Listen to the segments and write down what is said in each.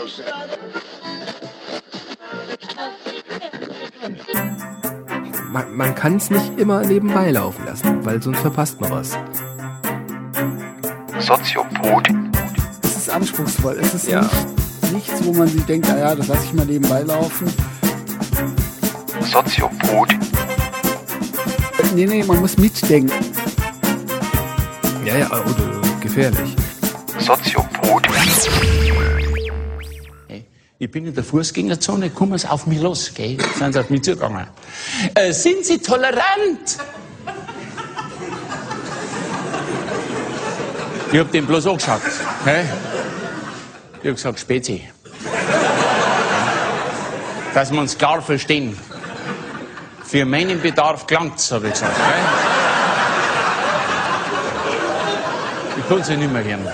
Man kann es nicht immer nebenbei laufen lassen, weil sonst verpasst man was. Soziopod. Es ist anspruchsvoll. Es ist nichts, wo man sich denkt, naja, das lasse ich mal nebenbei laufen. Soziopod. Nee, man muss mitdenken. Ja, oder gefährlich. Soziopod. Ich bin in der Fußgängerzone, kommen Sie auf mich los, gell? Sind Sie auf mich zugegangen. Sind Sie tolerant? Ich hab den bloß angeschaut. Gell? Ich hab gesagt, Spezi. Dass wir uns klar verstehen. Für meinen Bedarf gelangt's, hab ich gesagt. Gell? Ich kann's ja nicht mehr hören.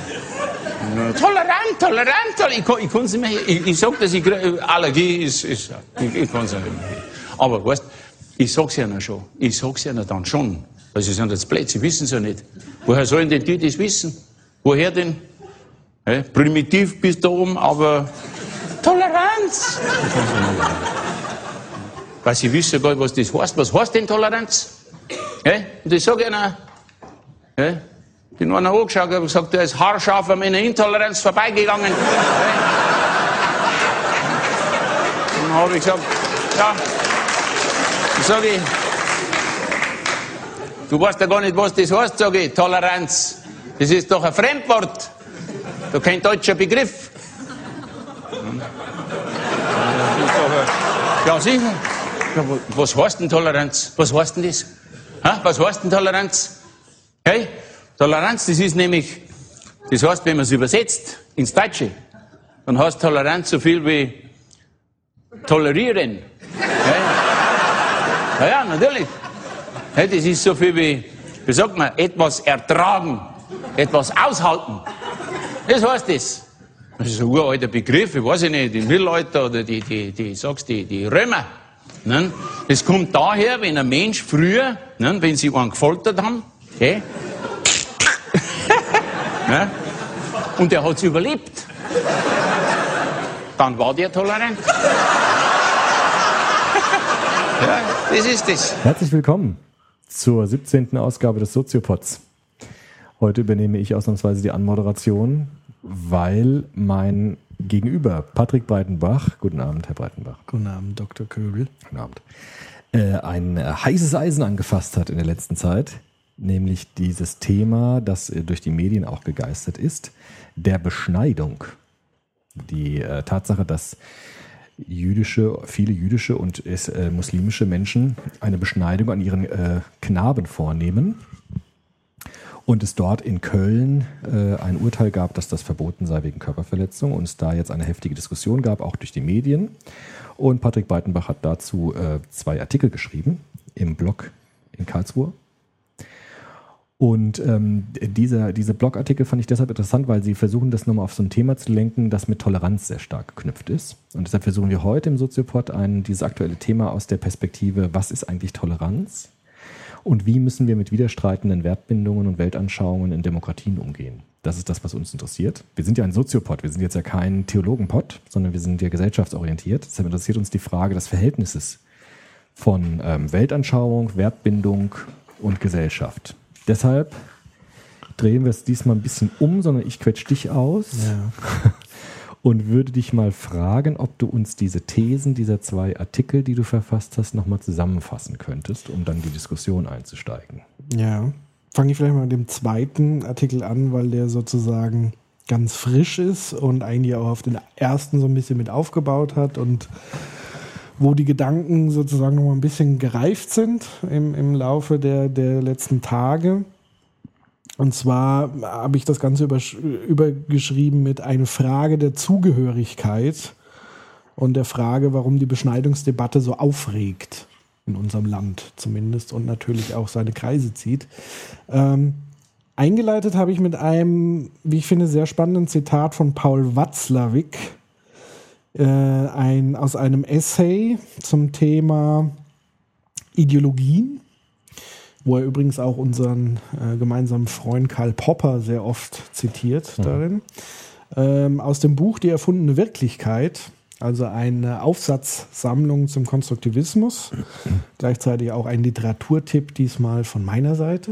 Tolerant. Ich kann's nicht mehr hören. Ich sag, dass Allergie ist ich kann's ja nicht mehr hören. Aber weißt, ich sag's ja noch schon. Ich sag's ja noch dann schon. Weil sie sind jetzt blöd, sie wissen's ja nicht. Woher sollen denn die das wissen? Woher denn? Primitiv bis da oben, aber Toleranz! Weil sie wissen gar nicht, was das heißt. Was heißt denn Toleranz? Und ich sage ihnen, den einen angeschaut und gesagt, der ist haarscharf an meiner Intoleranz vorbeigegangen. Dann habe ich gesagt, ja, sag ich, du weißt ja gar nicht, was das heißt, sage ich, Toleranz. Das ist doch ein Fremdwort. Doch kein deutscher Begriff. Ja, sicher. Ja, was heißt denn Toleranz? Was heißt denn das? Was heißt denn Toleranz? Hey, Toleranz, das ist nämlich, das heißt, wenn man es übersetzt ins Deutsche, dann heißt Toleranz so viel wie tolerieren. Ja, natürlich. Hey, das ist so viel wie sagt man, etwas ertragen, etwas aushalten. Das heißt das. Das ist ein uralter Begriff, ich weiß nicht, im Mittelalter oder die Römer. Ne? Das kommt daher, wenn ein Mensch früher, ne, wenn sie einen gefoltert haben, okay, ne, und der hat es überlebt, dann war der tolerant. Ja, das ist das. Herzlich willkommen zur 17. Ausgabe des Soziopods. Heute übernehme ich ausnahmsweise die Anmoderation, weil mein Gegenüber, Patrick Breitenbach, guten Abend, Herr Breitenbach. Guten Abend, Dr. Köbel. Guten Abend. Ein heißes Eisen angefasst hat in der letzten Zeit, nämlich dieses Thema, das durch die Medien auch gegeistert ist, der Beschneidung. Die Tatsache, dass viele jüdische und muslimische Menschen eine Beschneidung an ihren Knaben vornehmen. Und es dort in Köln ein Urteil gab, dass das verboten sei wegen Körperverletzung und es da jetzt eine heftige Diskussion gab, auch durch die Medien. Und Patrick Breitenbach hat dazu 2 Artikel geschrieben im Blog in Karlsruhe. Und diese Blogartikel fand ich deshalb interessant, weil sie versuchen, das nochmal auf so ein Thema zu lenken, das mit Toleranz sehr stark geknüpft ist. Und deshalb versuchen wir heute im Soziopod dieses aktuelle Thema aus der Perspektive, was ist eigentlich Toleranz? Und wie müssen wir mit widerstreitenden Wertbindungen und Weltanschauungen in Demokratien umgehen? Das ist das, was uns interessiert. Wir sind ja ein Soziopod, wir sind jetzt ja kein Theologenpod, sondern wir sind ja gesellschaftsorientiert. Deshalb interessiert uns die Frage des Verhältnisses von Weltanschauung, Wertbindung und Gesellschaft. Deshalb drehen wir es diesmal ein bisschen um, sondern ich quetsch dich aus und würde dich mal fragen, ob du uns diese Thesen dieser 2 Artikel, die du verfasst hast, nochmal zusammenfassen könntest, um dann die Diskussion einzusteigen. Ja, fange ich vielleicht mal mit dem 2. Artikel an, weil der sozusagen ganz frisch ist und eigentlich auch auf den ersten so ein bisschen mit aufgebaut hat und wo die Gedanken sozusagen noch mal ein bisschen gereift sind im Laufe der letzten Tage. Und zwar habe ich das Ganze übergeschrieben mit einer Frage der Zugehörigkeit und der Frage, warum die Beschneidungsdebatte so aufregt, in unserem Land zumindest, und natürlich auch seine Kreise zieht. Eingeleitet habe ich mit einem, wie ich finde, sehr spannenden Zitat von Paul Watzlawick, aus einem Essay zum Thema Ideologien, wo er übrigens auch unseren gemeinsamen Freund Karl Popper sehr oft zitiert darin. aus dem Buch Die erfundene Wirklichkeit, also eine Aufsatzsammlung zum Konstruktivismus, gleichzeitig auch ein Literaturtipp diesmal von meiner Seite.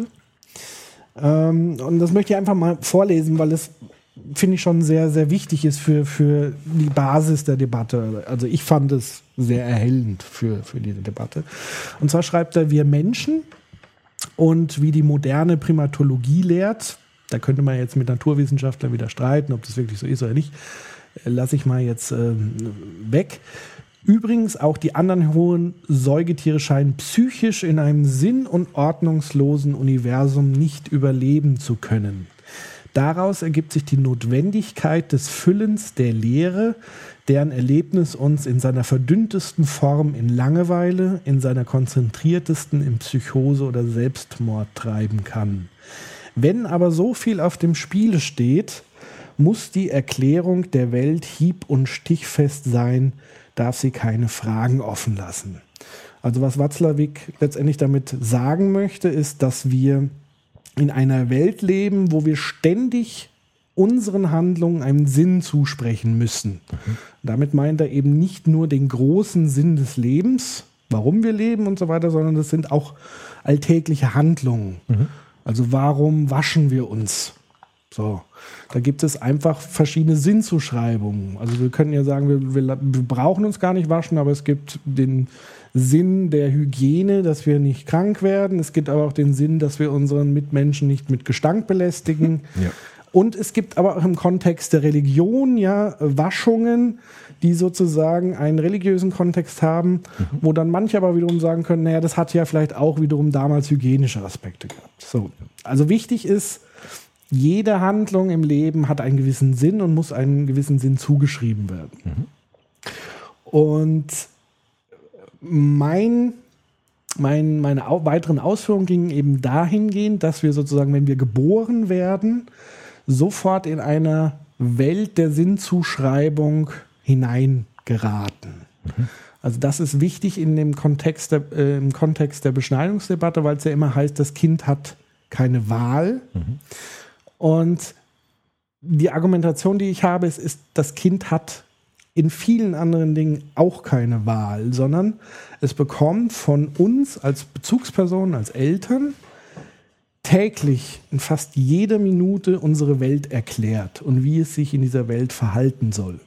Und das möchte ich einfach mal vorlesen, weil es, finde ich, schon sehr, sehr wichtig ist für die Basis der Debatte. Also ich fand es sehr erhellend für diese Debatte. Und zwar schreibt er, wir Menschen und wie die moderne Primatologie lehrt, da könnte man jetzt mit Naturwissenschaftlern wieder streiten, ob das wirklich so ist oder nicht, lasse ich mal jetzt weg. Übrigens auch die anderen hohen Säugetiere scheinen psychisch in einem sinn- und ordnungslosen Universum nicht überleben zu können. Daraus ergibt sich die Notwendigkeit des Füllens der Lehre, deren Erlebnis uns in seiner verdünntesten Form in Langeweile, in seiner konzentriertesten in Psychose oder Selbstmord treiben kann. Wenn aber so viel auf dem Spiel steht, muss die Erklärung der Welt hieb- und stichfest sein, darf sie keine Fragen offen lassen. Also was Watzlawick letztendlich damit sagen möchte, ist, dass wir in einer Welt leben, wo wir ständig unseren Handlungen einen Sinn zusprechen müssen. Damit meint er eben nicht nur den großen Sinn des Lebens, warum wir leben und so weiter, sondern das sind auch alltägliche Handlungen. Also warum waschen wir uns? So, da gibt es einfach verschiedene Sinnzuschreibungen. Also wir können ja sagen, wir brauchen uns gar nicht waschen, aber es gibt den Sinn der Hygiene, dass wir nicht krank werden. Es gibt aber auch den Sinn, dass wir unseren Mitmenschen nicht mit Gestank belästigen. Ja. Und es gibt aber auch im Kontext der Religion ja Waschungen, die sozusagen einen religiösen Kontext haben, wo dann manche aber wiederum sagen können, naja, das hat ja vielleicht auch wiederum damals hygienische Aspekte gehabt. So. Also wichtig ist, jede Handlung im Leben hat einen gewissen Sinn und muss einen gewissen Sinn zugeschrieben werden. Und meine weiteren Ausführungen gingen eben dahingehend, dass wir sozusagen, wenn wir geboren werden, sofort in einer Welt der Sinnzuschreibung hineingeraten. Also das ist wichtig in dem Kontext im Kontext der Beschneidungsdebatte, weil es ja immer heißt, das Kind hat keine Wahl. Und die Argumentation, die ich habe, ist, das Kind hat in vielen anderen Dingen auch keine Wahl, sondern es bekommt von uns als Bezugspersonen, als Eltern täglich in fast jeder Minute unsere Welt erklärt und wie es sich in dieser Welt verhalten soll.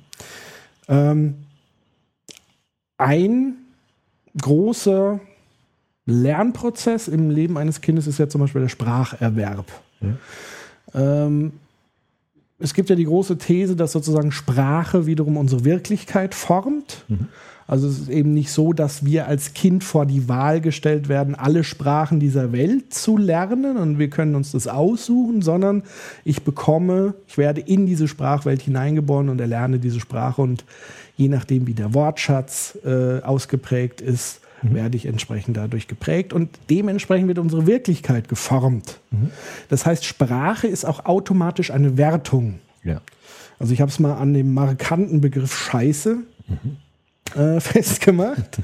Ein großer Lernprozess im Leben eines Kindes ist ja zum Beispiel der Spracherwerb. Es gibt ja die große These, dass sozusagen Sprache wiederum unsere Wirklichkeit formt. Also es ist eben nicht so, dass wir als Kind vor die Wahl gestellt werden, alle Sprachen dieser Welt zu lernen und wir können uns das aussuchen, sondern ich werde in diese Sprachwelt hineingeboren und erlerne diese Sprache und je nachdem, wie der Wortschatz ausgeprägt ist, werde ich entsprechend dadurch geprägt und dementsprechend wird unsere Wirklichkeit geformt. Das heißt, Sprache ist auch automatisch eine Wertung. Ja. Also ich habe es mal an dem markanten Begriff Scheiße festgemacht,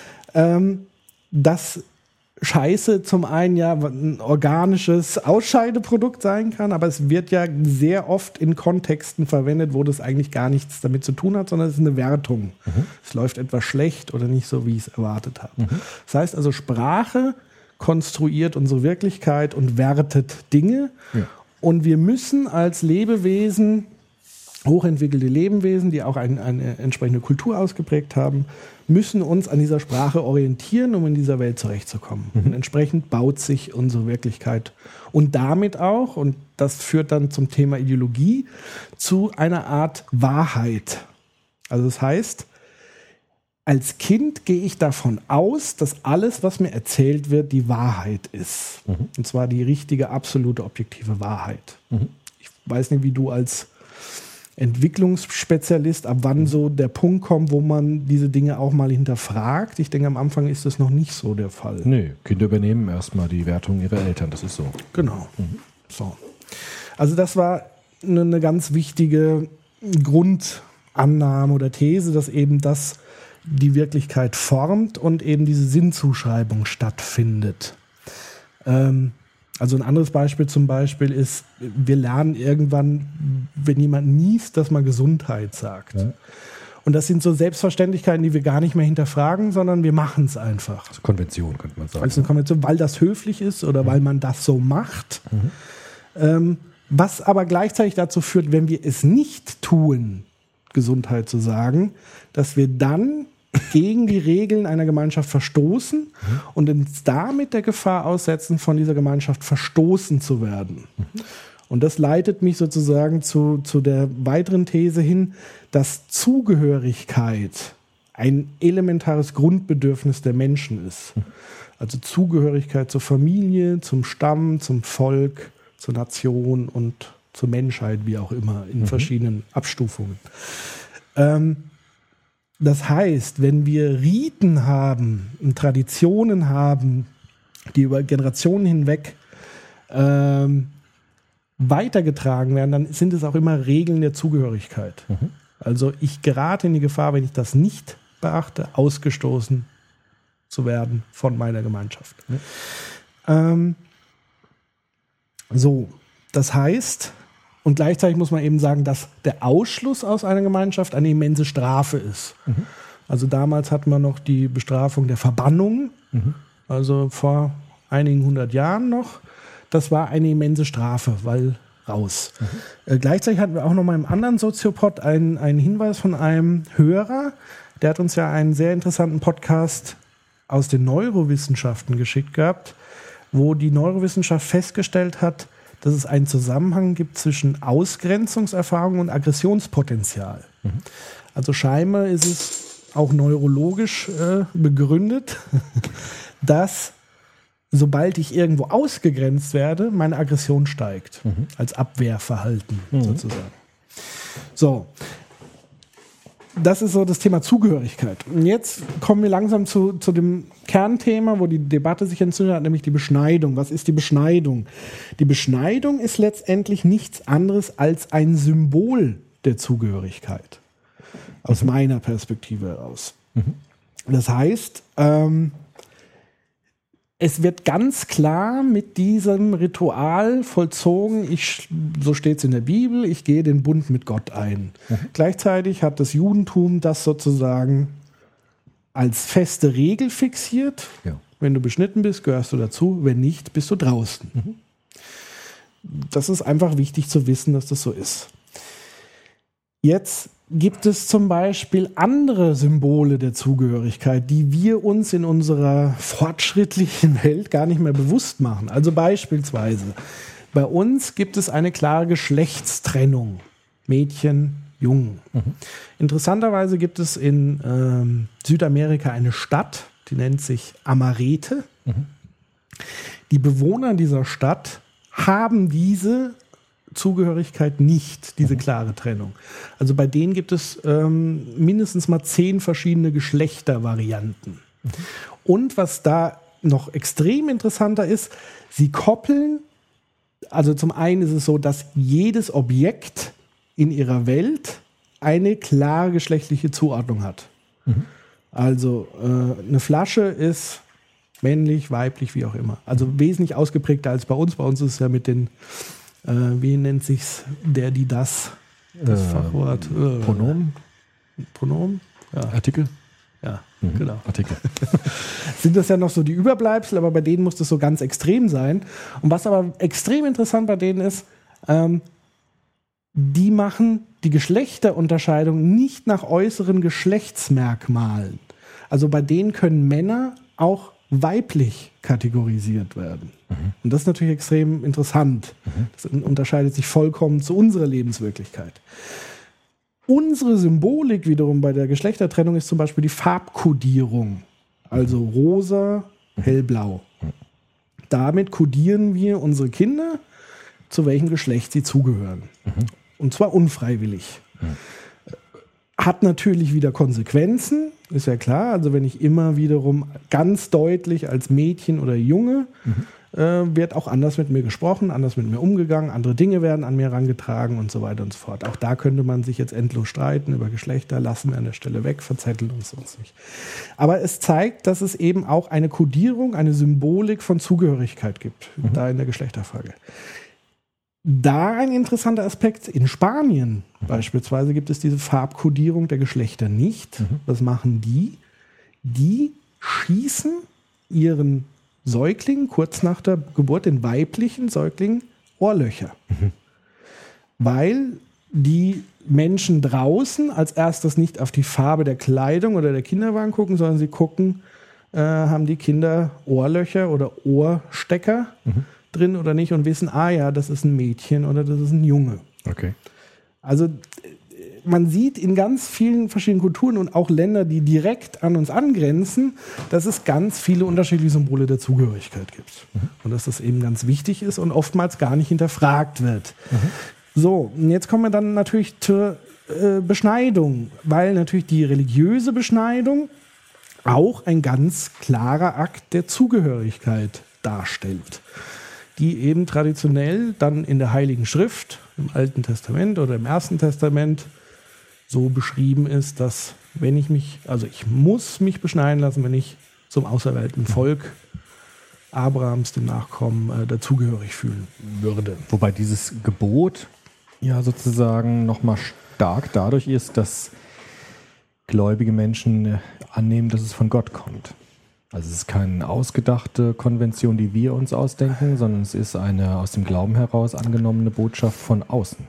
dass Scheiße zum einen ja ein organisches Ausscheideprodukt sein kann, aber es wird ja sehr oft in Kontexten verwendet, wo das eigentlich gar nichts damit zu tun hat, sondern es ist eine Wertung. Es läuft etwas schlecht oder nicht so, wie ich es erwartet habe. Das heißt also, Sprache konstruiert unsere Wirklichkeit und wertet Dinge. Ja. Und wir müssen als Lebewesen, hochentwickelte Lebewesen, die auch eine entsprechende Kultur ausgeprägt haben, müssen uns an dieser Sprache orientieren, um in dieser Welt zurechtzukommen. Und entsprechend baut sich unsere Wirklichkeit und damit auch, und das führt dann zum Thema Ideologie, zu einer Art Wahrheit. Also das heißt, als Kind gehe ich davon aus, dass alles, was mir erzählt wird, die Wahrheit ist. Und zwar die richtige, absolute, objektive Wahrheit. Ich weiß nicht, wie du als Entwicklungsspezialist, ab wann so der Punkt kommt, wo man diese Dinge auch mal hinterfragt. Ich denke, am Anfang ist das noch nicht so der Fall. Nee, Kinder übernehmen erstmal die Wertung ihrer Eltern, das ist so. Genau. So. Also das war eine ganz wichtige Grundannahme oder These, dass eben das die Wirklichkeit formt und eben diese Sinnzuschreibung stattfindet. Also ein anderes Beispiel zum Beispiel ist, wir lernen irgendwann, wenn jemand niest, dass man Gesundheit sagt. Ja. Und das sind so Selbstverständlichkeiten, die wir gar nicht mehr hinterfragen, sondern wir machen es einfach. Also Konvention, könnte man sagen. Also eine Konvention, weil das höflich ist oder weil man das so macht. Was aber gleichzeitig dazu führt, wenn wir es nicht tun, Gesundheit zu sagen, dass wir dann gegen die Regeln einer Gemeinschaft verstoßen und uns damit der Gefahr aussetzen, von dieser Gemeinschaft verstoßen zu werden. Und das leitet mich sozusagen zu der weiteren These hin, dass Zugehörigkeit ein elementares Grundbedürfnis der Menschen ist. Also Zugehörigkeit zur Familie, zum Stamm, zum Volk, zur Nation und zur Menschheit, wie auch immer, in verschiedenen Abstufungen. Das heißt, wenn wir Riten haben und Traditionen haben, die über Generationen hinweg weitergetragen werden, dann sind es auch immer Regeln der Zugehörigkeit. Also ich gerate in die Gefahr, wenn ich das nicht beachte, ausgestoßen zu werden von meiner Gemeinschaft. So, das heißt, und gleichzeitig muss man eben sagen, dass der Ausschluss aus einer Gemeinschaft eine immense Strafe ist. Also damals hatten wir noch die Bestrafung der Verbannung, also vor einigen 100 Jahren noch. Das war eine immense Strafe, weil raus. Gleichzeitig hatten wir auch noch mal im anderen Soziopod einen Hinweis von einem Hörer, der hat uns ja einen sehr interessanten Podcast aus den Neurowissenschaften geschickt gehabt, wo die Neurowissenschaft festgestellt hat, dass es einen Zusammenhang gibt zwischen Ausgrenzungserfahrung und Aggressionspotenzial. Also scheinbar ist es auch neurologisch begründet, dass sobald ich irgendwo ausgegrenzt werde, meine Aggression steigt. Als Abwehrverhalten sozusagen. So. Das ist so das Thema Zugehörigkeit. Und jetzt kommen wir langsam zu dem Kernthema, wo die Debatte sich entzündet hat, nämlich die Beschneidung. Was ist die Beschneidung? Die Beschneidung ist letztendlich nichts anderes als ein Symbol der Zugehörigkeit. Aus meiner Perspektive heraus. Das heißt, es wird ganz klar mit diesem Ritual vollzogen, so steht es in der Bibel, ich gehe den Bund mit Gott ein. Gleichzeitig hat das Judentum das sozusagen als feste Regel fixiert. Ja. Wenn du beschnitten bist, gehörst du dazu, wenn nicht, bist du draußen. Das ist einfach wichtig zu wissen, dass das so ist. Jetzt gibt es zum Beispiel andere Symbole der Zugehörigkeit, die wir uns in unserer fortschrittlichen Welt gar nicht mehr bewusst machen. Also beispielsweise, bei uns gibt es eine klare Geschlechtstrennung. Mädchen, Jungen. Interessanterweise gibt es in Südamerika eine Stadt, die nennt sich Amarete. Die Bewohner dieser Stadt haben diese Zugehörigkeit nicht, diese klare Trennung. Also bei denen gibt es mindestens mal 10 verschiedene Geschlechtervarianten. Und was da noch extrem interessanter ist, sie koppeln, also zum einen ist es so, dass jedes Objekt in ihrer Welt eine klare geschlechtliche Zuordnung hat. Also eine Flasche ist männlich, weiblich, wie auch immer. Also wesentlich ausgeprägter als bei uns. Bei uns ist es ja mit den wie nennt sich's das Fachwort? Pronomen? Pronomen? Ja. Artikel? Ja, genau. Artikel. Sind das ja noch so die Überbleibsel, aber bei denen muss das so ganz extrem sein. Und was aber extrem interessant bei denen ist, die machen die Geschlechterunterscheidung nicht nach äußeren Geschlechtsmerkmalen. Also bei denen können Männer auch weiblich kategorisiert werden. Und das ist natürlich extrem interessant. Das unterscheidet sich vollkommen zu unserer Lebenswirklichkeit. Unsere Symbolik wiederum bei der Geschlechtertrennung ist zum Beispiel die Farbkodierung. Also rosa, hellblau. Damit kodieren wir unsere Kinder, zu welchem Geschlecht sie zugehören. Und zwar unfreiwillig. Hat natürlich wieder Konsequenzen, ist ja klar. Also wenn ich immer wiederum ganz deutlich als Mädchen oder Junge wird auch anders mit mir gesprochen, anders mit mir umgegangen, andere Dinge werden an mir herangetragen und so weiter und so fort. Auch da könnte man sich jetzt endlos streiten über Geschlechter, lassen wir an der Stelle weg, verzetteln uns sonst nicht. Aber es zeigt, dass es eben auch eine Kodierung, eine Symbolik von Zugehörigkeit gibt, da in der Geschlechterfrage. Da ein interessanter Aspekt, in Spanien beispielsweise gibt es diese Farbkodierung der Geschlechter nicht. Was machen die? Die schießen ihren Säugling kurz nach der Geburt, den weiblichen Säugling, Ohrlöcher. Weil die Menschen draußen als erstes nicht auf die Farbe der Kleidung oder der Kinderwagen gucken, sondern sie gucken, haben die Kinder Ohrlöcher oder Ohrstecker drin oder nicht und wissen, ja, das ist ein Mädchen oder das ist ein Junge. Okay. Also man sieht in ganz vielen verschiedenen Kulturen und auch Länder, die direkt an uns angrenzen, dass es ganz viele unterschiedliche Symbole der Zugehörigkeit gibt. Und dass das eben ganz wichtig ist und oftmals gar nicht hinterfragt wird. So, und jetzt kommen wir dann natürlich zur Beschneidung, weil natürlich die religiöse Beschneidung auch ein ganz klarer Akt der Zugehörigkeit darstellt, die eben traditionell dann in der Heiligen Schrift, im Alten Testament oder im Ersten Testament so beschrieben ist, dass ich muss mich beschneiden lassen, wenn ich zum auserwählten Volk Abrahams, dem Nachkommen, dazugehörig fühlen würde. Wobei dieses Gebot ja sozusagen nochmal stark dadurch ist, dass gläubige Menschen annehmen, dass es von Gott kommt. Also es ist keine ausgedachte Konvention, die wir uns ausdenken, sondern es ist eine aus dem Glauben heraus angenommene Botschaft von außen.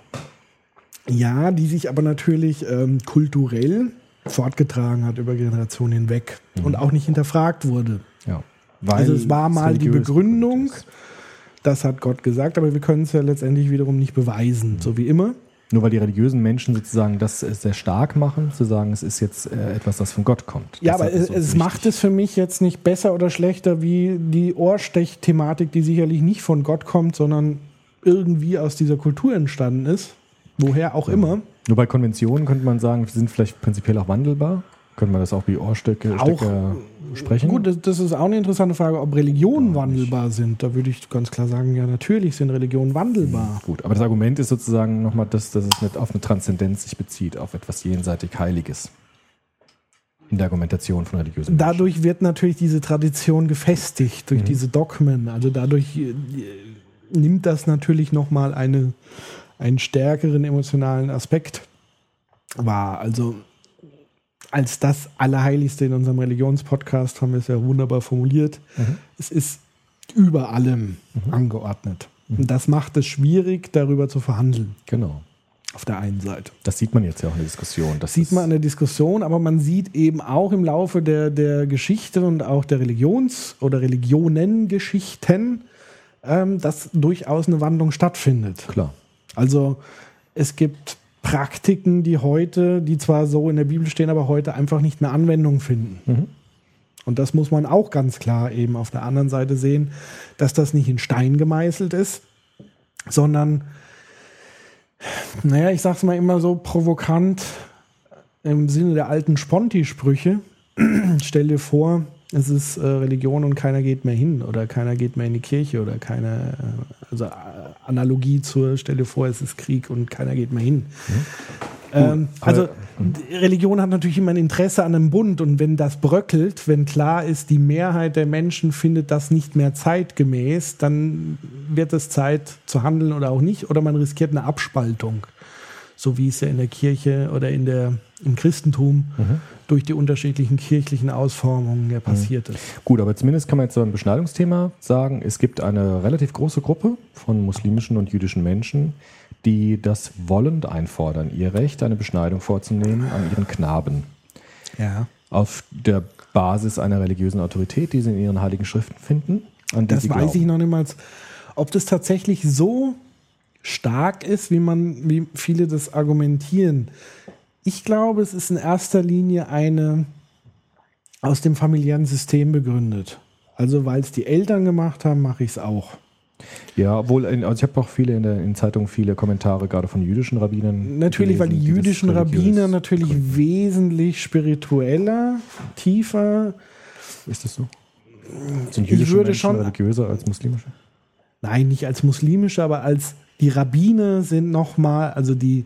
Ja, die sich aber natürlich kulturell fortgetragen hat über Generationen hinweg und auch nicht hinterfragt wurde. Ja, also es war mal die Begründung, das hat Gott gesagt, aber wir können es ja letztendlich wiederum nicht beweisen, so wie immer. Nur weil die religiösen Menschen sozusagen das sehr stark machen, zu sagen, es ist jetzt etwas, das von Gott kommt. Ja, aber es macht es für mich jetzt nicht besser oder schlechter wie die Ohrstech-Thematik, die sicherlich nicht von Gott kommt, sondern irgendwie aus dieser Kultur entstanden ist. Woher auch immer. Nur bei Konventionen könnte man sagen, sie sind vielleicht prinzipiell auch wandelbar. Könnte man das auch wie Ohrstöcke sprechen? Gut, das ist auch eine interessante Frage, ob Religionen wandelbar sind. Da würde ich ganz klar sagen, ja, natürlich sind Religionen wandelbar. Gut, aber das Argument ist sozusagen nochmal, dass es nicht auf eine Transzendenz sich bezieht, auf etwas jenseitig Heiliges. In der Argumentation von religiösen Menschen. Dadurch wird natürlich diese Tradition gefestigt, durch diese Dogmen. Also dadurch nimmt das natürlich nochmal einen stärkeren emotionalen Aspekt wahr. Also als das Allerheiligste in unserem Religionspodcast haben wir es ja wunderbar formuliert. Es ist über allem angeordnet. Und das macht es schwierig, darüber zu verhandeln. Genau. Auf der einen Seite. Das sieht man jetzt ja auch in der Diskussion. Das sieht man in der Diskussion, aber man sieht eben auch im Laufe der Geschichte und auch der oder Religionengeschichten, dass durchaus eine Wandlung stattfindet. Klar. Also es gibt Praktiken, die zwar so in der Bibel stehen, aber heute einfach nicht mehr Anwendung finden. Und das muss man auch ganz klar eben auf der anderen Seite sehen, dass das nicht in Stein gemeißelt ist, sondern, ich sag's mal immer so provokant, im Sinne der alten Sponti-Sprüche, stell dir vor, es ist Religion und keiner geht mehr hin oder keiner geht mehr in die Kirche oder also Analogie zur, stell dir vor, es ist Krieg und keiner geht mehr hin. Religion hat natürlich immer ein Interesse an einem Bund und wenn das bröckelt, wenn klar ist, die Mehrheit der Menschen findet das nicht mehr zeitgemäß, dann wird es Zeit zu handeln oder auch nicht oder man riskiert eine Abspaltung, so wie es ja in der Kirche oder im Christentum durch die unterschiedlichen kirchlichen Ausformungen ja passiert ist. Gut, aber zumindest kann man jetzt beim Beschneidungsthema sagen, es gibt eine relativ große Gruppe von muslimischen und jüdischen Menschen, die das wollend einfordern, ihr Recht, eine Beschneidung vorzunehmen an ihren Knaben. Ja. Auf der Basis einer religiösen Autorität, die sie in ihren heiligen Schriften finden. An die das weiß ich noch niemals, ob das tatsächlich so stark ist, wie viele das argumentieren. Ich glaube, es ist in erster Linie eine aus dem familiären System begründet. Also weil es die Eltern gemacht haben, mache ich es auch. Ja, obwohl, also ich habe auch in Zeitungen viele Kommentare, gerade von jüdischen Rabbinern. Natürlich, weil die jüdischen Rabbiner natürlich wesentlich spiritueller, tiefer. Ist das so? Sind jüdische würde Menschen schon religiöser als muslimische? Nein, nicht als muslimische, aber als die Rabbine sind nochmal, also die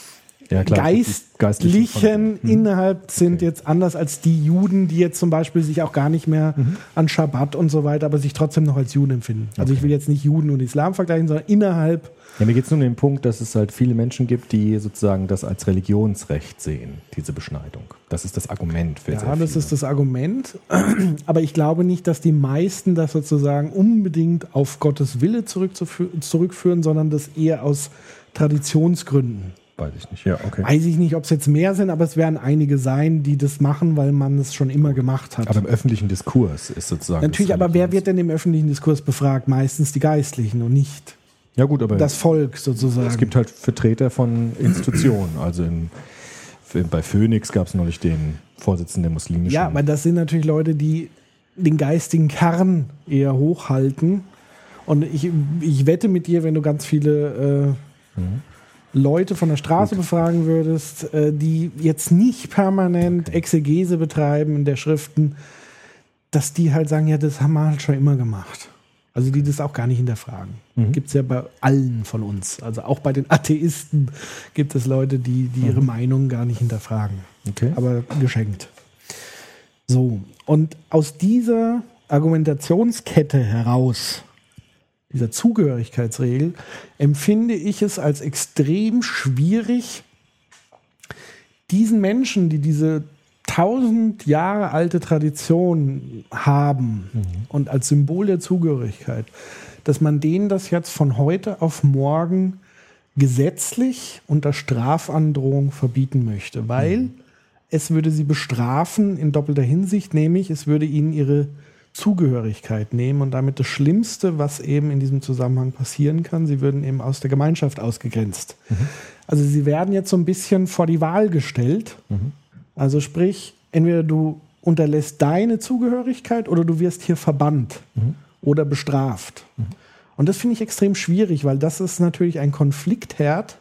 Geistlichen innerhalb sind jetzt anders als die Juden, die jetzt zum Beispiel sich auch gar nicht mehr an Schabbat und so weiter, aber sich trotzdem noch als Juden empfinden. Also ich will jetzt nicht Juden und Islam vergleichen, sondern innerhalb. Ja, mir geht es nur um den Punkt, dass es halt viele Menschen gibt, die sozusagen das als Religionsrecht sehen, diese Beschneidung. Das ist das Argument für sehr viele. Ja, das ist das Argument. Aber ich glaube nicht, dass die meisten das sozusagen unbedingt auf Gottes Wille zurückführen, sondern das eher aus Traditionsgründen. Weiß ich nicht, ja, okay. Weiß ich nicht, ob es jetzt mehr sind, aber es werden einige sein, die das machen, weil man es schon immer gemacht hat. Aber im öffentlichen Diskurs ist sozusagen... Natürlich, aber wer wird denn im öffentlichen Diskurs befragt? Meistens die Geistlichen und nicht das Volk sozusagen. Es gibt halt Vertreter von Institutionen. Also bei Phoenix gab es neulich den Vorsitzenden der muslimischen... Ja, aber das sind natürlich Leute, die den geistigen Kern eher hochhalten. Und ich wette mit dir, wenn du ganz viele... Leute von der Straße befragen würdest, die jetzt nicht permanent Exegese betreiben in der Schriften, dass die halt sagen, ja, das haben wir halt schon immer gemacht. Also die das auch gar nicht hinterfragen. Gibt es ja bei allen von uns. Also auch bei den Atheisten gibt es Leute, die ihre Meinung gar nicht hinterfragen. Okay. Aber geschenkt. So, und aus dieser Argumentationskette heraus, dieser Zugehörigkeitsregel, empfinde ich es als extrem schwierig, diesen Menschen, die diese 1000 Jahre alte Tradition haben und als Symbol der Zugehörigkeit, dass man denen das jetzt von heute auf morgen gesetzlich unter Strafandrohung verbieten möchte, weil es würde sie bestrafen in doppelter Hinsicht, nämlich es würde ihnen ihre Zugehörigkeit nehmen und damit das Schlimmste, was eben in diesem Zusammenhang passieren kann, sie würden eben aus der Gemeinschaft ausgegrenzt. Also sie werden jetzt so ein bisschen vor die Wahl gestellt. Also sprich, entweder du unterlässt deine Zugehörigkeit oder du wirst hier verbannt oder bestraft. Und das finde ich extrem schwierig, weil das ist natürlich ein Konfliktherd,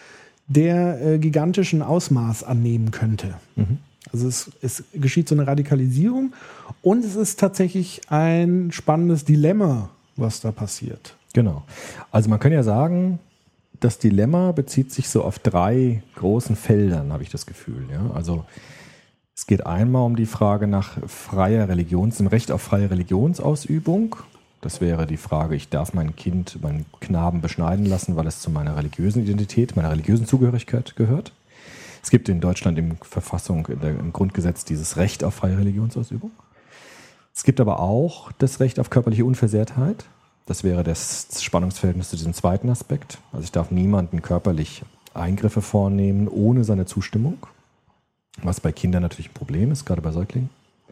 der gigantischen Ausmaß annehmen könnte. Also es geschieht so eine Radikalisierung und es ist tatsächlich ein spannendes Dilemma, was da passiert. Genau. Also man kann ja sagen, das Dilemma bezieht sich so auf 3 großen Feldern, habe ich das Gefühl. Ja? Also es geht einmal um die Frage nach dem Recht auf freie Religionsausübung. Das wäre die Frage, ich darf meinen Knaben beschneiden lassen, weil es zu meiner religiösen Identität, meiner religiösen Zugehörigkeit gehört. Es gibt in Deutschland im Grundgesetz dieses Recht auf freie Religionsausübung. Es gibt aber auch das Recht auf körperliche Unversehrtheit. Das wäre das Spannungsverhältnis zu diesem zweiten Aspekt. Also ich darf niemanden körperlich Eingriffe vornehmen ohne seine Zustimmung, was bei Kindern natürlich ein Problem ist, gerade bei Säuglingen.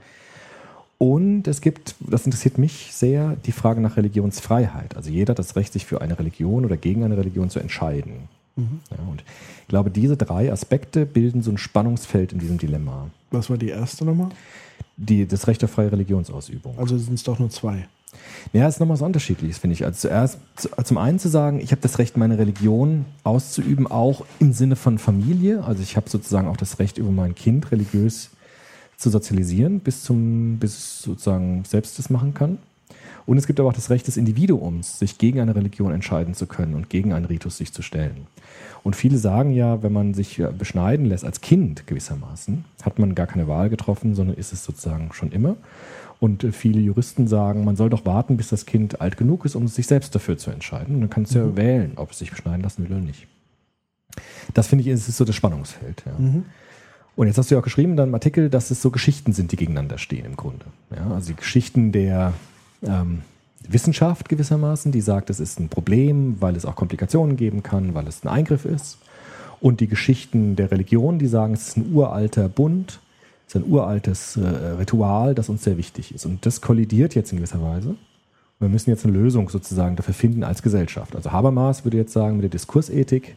Und es gibt, das interessiert mich sehr, die Frage nach Religionsfreiheit. Also jeder hat das Recht, sich für eine Religion oder gegen eine Religion zu entscheiden. Ja, und ich glaube, diese 3 Aspekte bilden so ein Spannungsfeld in diesem Dilemma. Was war die erste nochmal? Das Recht auf freie Religionsausübung. Also sind es doch nur 2. Ja, es ist nochmal so unterschiedlich, finde ich. Also zum einen zu sagen, ich habe das Recht, meine Religion auszuüben, auch im Sinne von Familie. Also ich habe sozusagen auch das Recht, über mein Kind religiös zu sozialisieren, bis es sozusagen selbst das machen kann. Und es gibt aber auch das Recht des Individuums, sich gegen eine Religion entscheiden zu können und gegen einen Ritus sich zu stellen. Und viele sagen ja, wenn man sich beschneiden lässt als Kind gewissermaßen, hat man gar keine Wahl getroffen, sondern ist es sozusagen schon immer. Und viele Juristen sagen, man soll doch warten, bis das Kind alt genug ist, um sich selbst dafür zu entscheiden. Und dann kann es ja wählen, ob es sich beschneiden lassen will oder nicht. Das finde ich, ist so das Spannungsfeld. Ja. Und jetzt hast du ja auch geschrieben in deinem Artikel, dass es so Geschichten sind, die gegeneinander stehen im Grunde. Ja, also die Geschichten der Wissenschaft gewissermaßen, die sagt, es ist ein Problem, weil es auch Komplikationen geben kann, weil es ein Eingriff ist. Und die Geschichten der Religion, die sagen, es ist ein uralter Bund, es ist ein uraltes Ritual, das uns sehr wichtig ist. Und das kollidiert jetzt in gewisser Weise. Und wir müssen jetzt eine Lösung sozusagen dafür finden als Gesellschaft. Also Habermas würde jetzt sagen, mit der Diskursethik,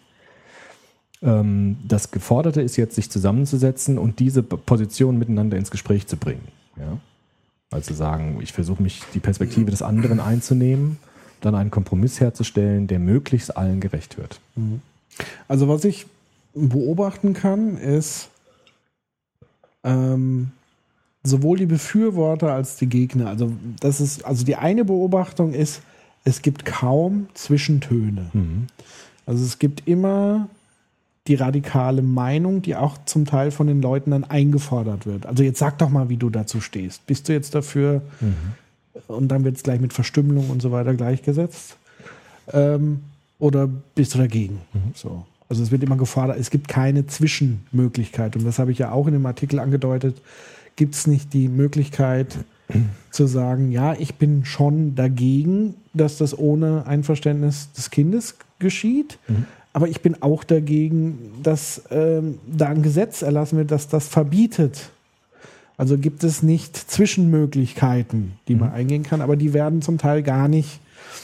das Geforderte ist jetzt, sich zusammenzusetzen und diese Positionen miteinander ins Gespräch zu bringen. Ja? Also sagen, ich versuche mich die Perspektive des anderen einzunehmen, dann einen Kompromiss herzustellen, der möglichst allen gerecht wird. Also was ich beobachten kann, ist, sowohl die Befürworter als die Gegner. Also die eine Beobachtung ist, es gibt kaum Zwischentöne. Also es gibt immer die radikale Meinung, die auch zum Teil von den Leuten dann eingefordert wird. Also jetzt sag doch mal, wie du dazu stehst. Bist du jetzt dafür? Und dann wird es gleich mit Verstümmelung und so weiter gleichgesetzt. Oder bist du dagegen? So. Also es wird immer gefordert, es gibt keine Zwischenmöglichkeit. Und das habe ich ja auch in dem Artikel angedeutet. Gibt es nicht die Möglichkeit zu sagen, ja, ich bin schon dagegen, dass das ohne Einverständnis des Kindes geschieht, aber ich bin auch dagegen, dass da ein Gesetz erlassen wird, das das verbietet. Also gibt es nicht Zwischenmöglichkeiten, die man eingehen kann, aber die werden zum Teil gar nicht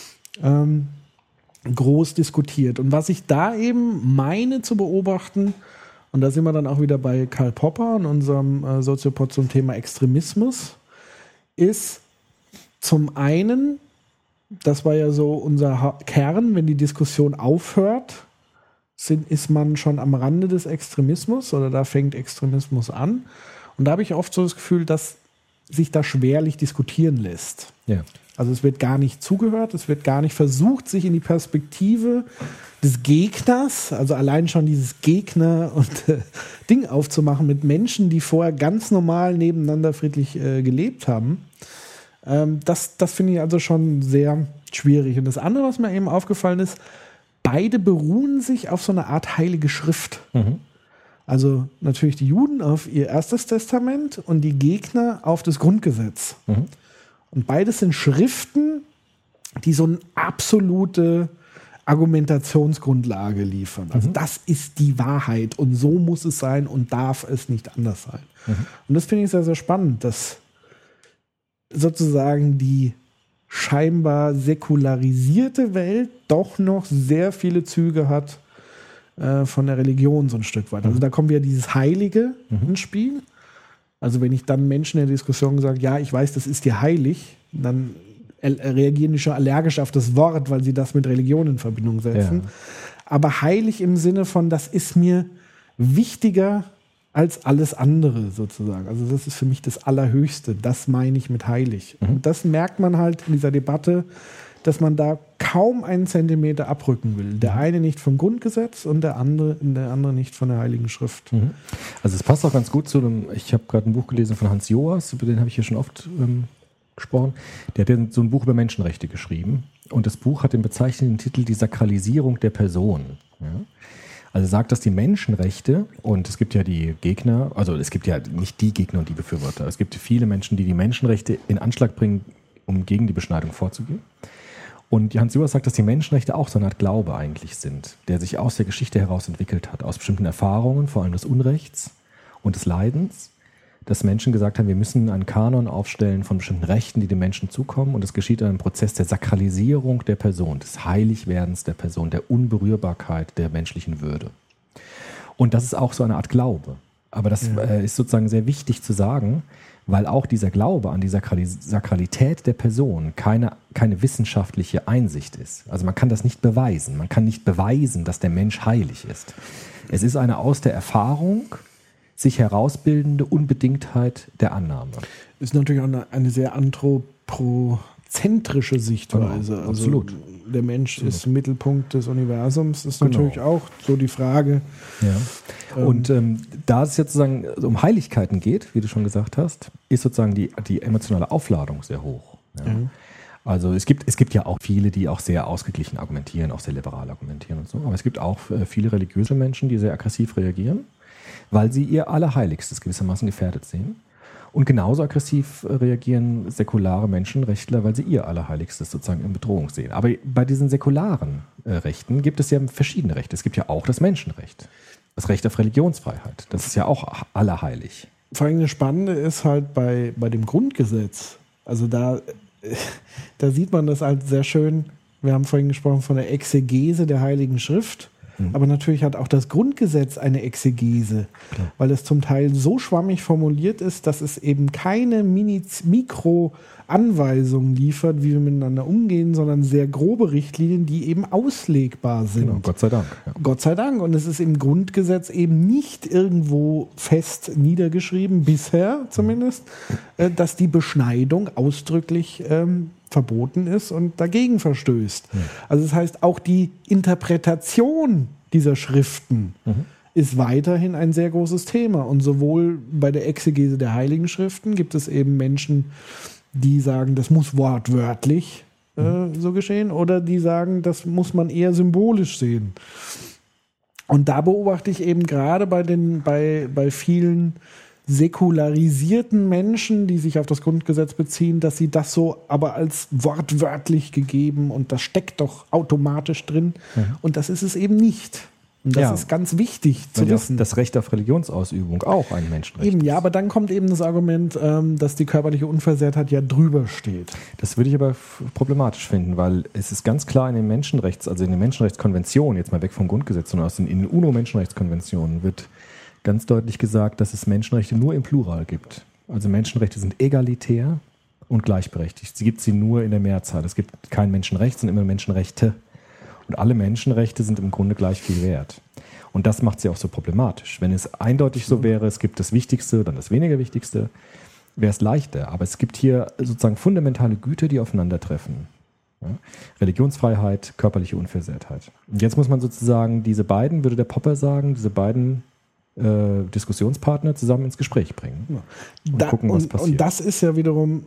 groß diskutiert. Und was ich da eben meine zu beobachten, und da sind wir dann auch wieder bei Karl Popper und unserem Soziopod zum Thema Extremismus, ist zum einen, das war ja so unser Kern, wenn die Diskussion aufhört, ist man schon am Rande des Extremismus oder da fängt Extremismus an. Und da habe ich oft so das Gefühl, dass sich da schwerlich diskutieren lässt. Ja. Also es wird gar nicht zugehört, es wird gar nicht versucht, sich in die Perspektive des Gegners, also allein schon dieses Gegner und Ding aufzumachen mit Menschen, die vorher ganz normal nebeneinander friedlich gelebt haben. Das finde ich also schon sehr schwierig. Und das andere, was mir eben aufgefallen ist, beide beruhen sich auf so eine Art heilige Schrift. Also natürlich die Juden auf ihr erstes Testament und die Gegner auf das Grundgesetz. Und beides sind Schriften, die so eine absolute Argumentationsgrundlage liefern. Also das ist die Wahrheit und so muss es sein und darf es nicht anders sein. Und das finde ich sehr, sehr spannend, dass sozusagen die scheinbar säkularisierte Welt doch noch sehr viele Züge hat von der Religion so ein Stück weit. Also da kommt wieder dieses Heilige ins Spiel. Also wenn ich dann Menschen in der Diskussion sage, ja, ich weiß, das ist dir heilig, dann reagieren die schon allergisch auf das Wort, weil sie das mit Religion in Verbindung setzen. Ja. Aber heilig im Sinne von, das ist mir wichtiger als alles andere sozusagen. Also das ist für mich das Allerhöchste. Das meine ich mit heilig. Und das merkt man halt in dieser Debatte, dass man da kaum einen Zentimeter abrücken will. Der eine nicht vom Grundgesetz und der andere nicht von der Heiligen Schrift. Also es passt auch ganz gut zu dem, ich habe gerade ein Buch gelesen von Hans Joas, über den habe ich hier schon oft gesprochen. Der hat ja so ein Buch über Menschenrechte geschrieben und das Buch hat den bezeichnenden Titel Die Sakralisierung der Person. Ja? Also sagt, dass die Menschenrechte, und es gibt ja die Gegner, also es gibt ja nicht die Gegner und die Befürworter, es gibt viele Menschen, die die Menschenrechte in Anschlag bringen, um gegen die Beschneidung vorzugehen. Und Hans Joas sagt, dass die Menschenrechte auch so eine Art Glaube eigentlich sind, der sich aus der Geschichte heraus entwickelt hat, aus bestimmten Erfahrungen, vor allem des Unrechts und des Leidens, dass Menschen gesagt haben, wir müssen einen Kanon aufstellen von bestimmten Rechten, die den Menschen zukommen. Und es geschieht in einem Prozess der Sakralisierung der Person, des Heiligwerdens der Person, der Unberührbarkeit der menschlichen Würde. Und das ist auch so eine Art Glaube. Aber das ist sozusagen sehr wichtig zu sagen, weil auch dieser Glaube an die Sakralität der Person keine wissenschaftliche Einsicht ist. Also man kann das nicht beweisen. Man kann nicht beweisen, dass der Mensch heilig ist. Es ist eine aus der Erfahrung sich herausbildende Unbedingtheit der Annahme. Ist natürlich auch eine sehr anthropozentrische Sichtweise. Genau, absolut. Also der Mensch ist Mittelpunkt des Universums, ist natürlich auch so die Frage. Ja. Und da es jetzt sozusagen um Heiligkeiten geht, wie du schon gesagt hast, ist sozusagen die emotionale Aufladung sehr hoch. Ja. Also es gibt ja auch viele, die auch sehr ausgeglichen argumentieren, auch sehr liberal argumentieren und so. Aber es gibt auch viele religiöse Menschen, die sehr aggressiv reagieren, weil sie ihr Allerheiligstes gewissermaßen gefährdet sehen. Und genauso aggressiv reagieren säkulare Menschenrechtler, weil sie ihr Allerheiligstes sozusagen in Bedrohung sehen. Aber bei diesen säkularen Rechten gibt es ja verschiedene Rechte. Es gibt ja auch das Menschenrecht, das Recht auf Religionsfreiheit. Das ist ja auch allerheilig. Vor allem das Spannende ist halt bei dem Grundgesetz, also da sieht man das halt sehr schön. Wir haben vorhin gesprochen von der Exegese der Heiligen Schrift. Aber natürlich hat auch das Grundgesetz eine Exegese, weil es zum Teil so schwammig formuliert ist, dass es eben keine Mikroanweisungen liefert, wie wir miteinander umgehen, sondern sehr grobe Richtlinien, die eben auslegbar sind. Genau, Gott sei Dank. Ja. Gott sei Dank. Und es ist im Grundgesetz eben nicht irgendwo fest niedergeschrieben, bisher zumindest, dass die Beschneidung ausdrücklich verboten ist und dagegen verstößt. Ja. Also das heißt, auch die Interpretation dieser Schriften ist weiterhin ein sehr großes Thema. Und sowohl bei der Exegese der Heiligen Schriften gibt es eben Menschen, die sagen, das muss wortwörtlich so geschehen, oder die sagen, das muss man eher symbolisch sehen. Und da beobachte ich eben gerade bei vielen säkularisierten Menschen, die sich auf das Grundgesetz beziehen, dass sie das so aber als wortwörtlich gegeben und das steckt doch automatisch drin. Und das ist es eben nicht. Und das ist ganz wichtig zu wissen. Das Recht auf Religionsausübung auch ein Menschenrecht ist. Ja, aber dann kommt eben das Argument, dass die körperliche Unversehrtheit ja drüber steht. Das würde ich aber problematisch finden, weil es ist ganz klar in den Menschenrechtskonventionen, jetzt mal weg vom Grundgesetz, sondern in den UNO-Menschenrechtskonventionen wird ganz deutlich gesagt, dass es Menschenrechte nur im Plural gibt. Also Menschenrechte sind egalitär und gleichberechtigt. Sie gibt sie nur in der Mehrzahl. Es gibt kein Menschenrecht, sondern immer Menschenrechte. Und alle Menschenrechte sind im Grunde gleich viel wert. Und das macht sie auch so problematisch. Wenn es eindeutig so wäre, es gibt das Wichtigste, dann das weniger Wichtigste, wäre es leichter. Aber es gibt hier sozusagen fundamentale Güter, die aufeinandertreffen. Ja? Religionsfreiheit, körperliche Unversehrtheit. Und jetzt muss man sozusagen diese beiden, würde der Popper sagen, diese beiden Diskussionspartner zusammen ins Gespräch bringen und gucken, was passiert. Und das ist ja wiederum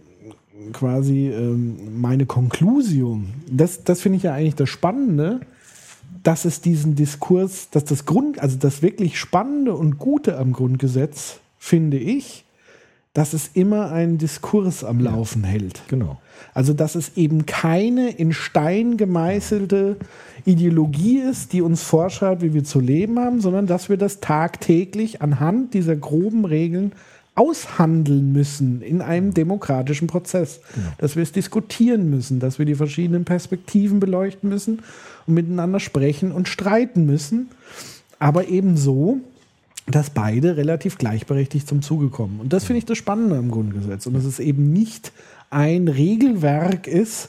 quasi meine Konklusion. Das finde ich ja eigentlich das Spannende, dass es diesen Diskurs, dass das wirklich Spannende und Gute am Grundgesetz, finde ich, dass es immer einen Diskurs am Laufen hält. Genau. Also, dass es eben keine in Stein gemeißelte Ideologie ist, die uns vorschreibt, wie wir zu leben haben, sondern dass wir das tagtäglich anhand dieser groben Regeln aushandeln müssen in einem demokratischen Prozess. Genau. Dass wir es diskutieren müssen, dass wir die verschiedenen Perspektiven beleuchten müssen und miteinander sprechen und streiten müssen, aber eben so, dass beide relativ gleichberechtigt zum Zuge kommen. Und das finde ich das Spannende am Grundgesetz. Und dass es eben nicht ein Regelwerk ist,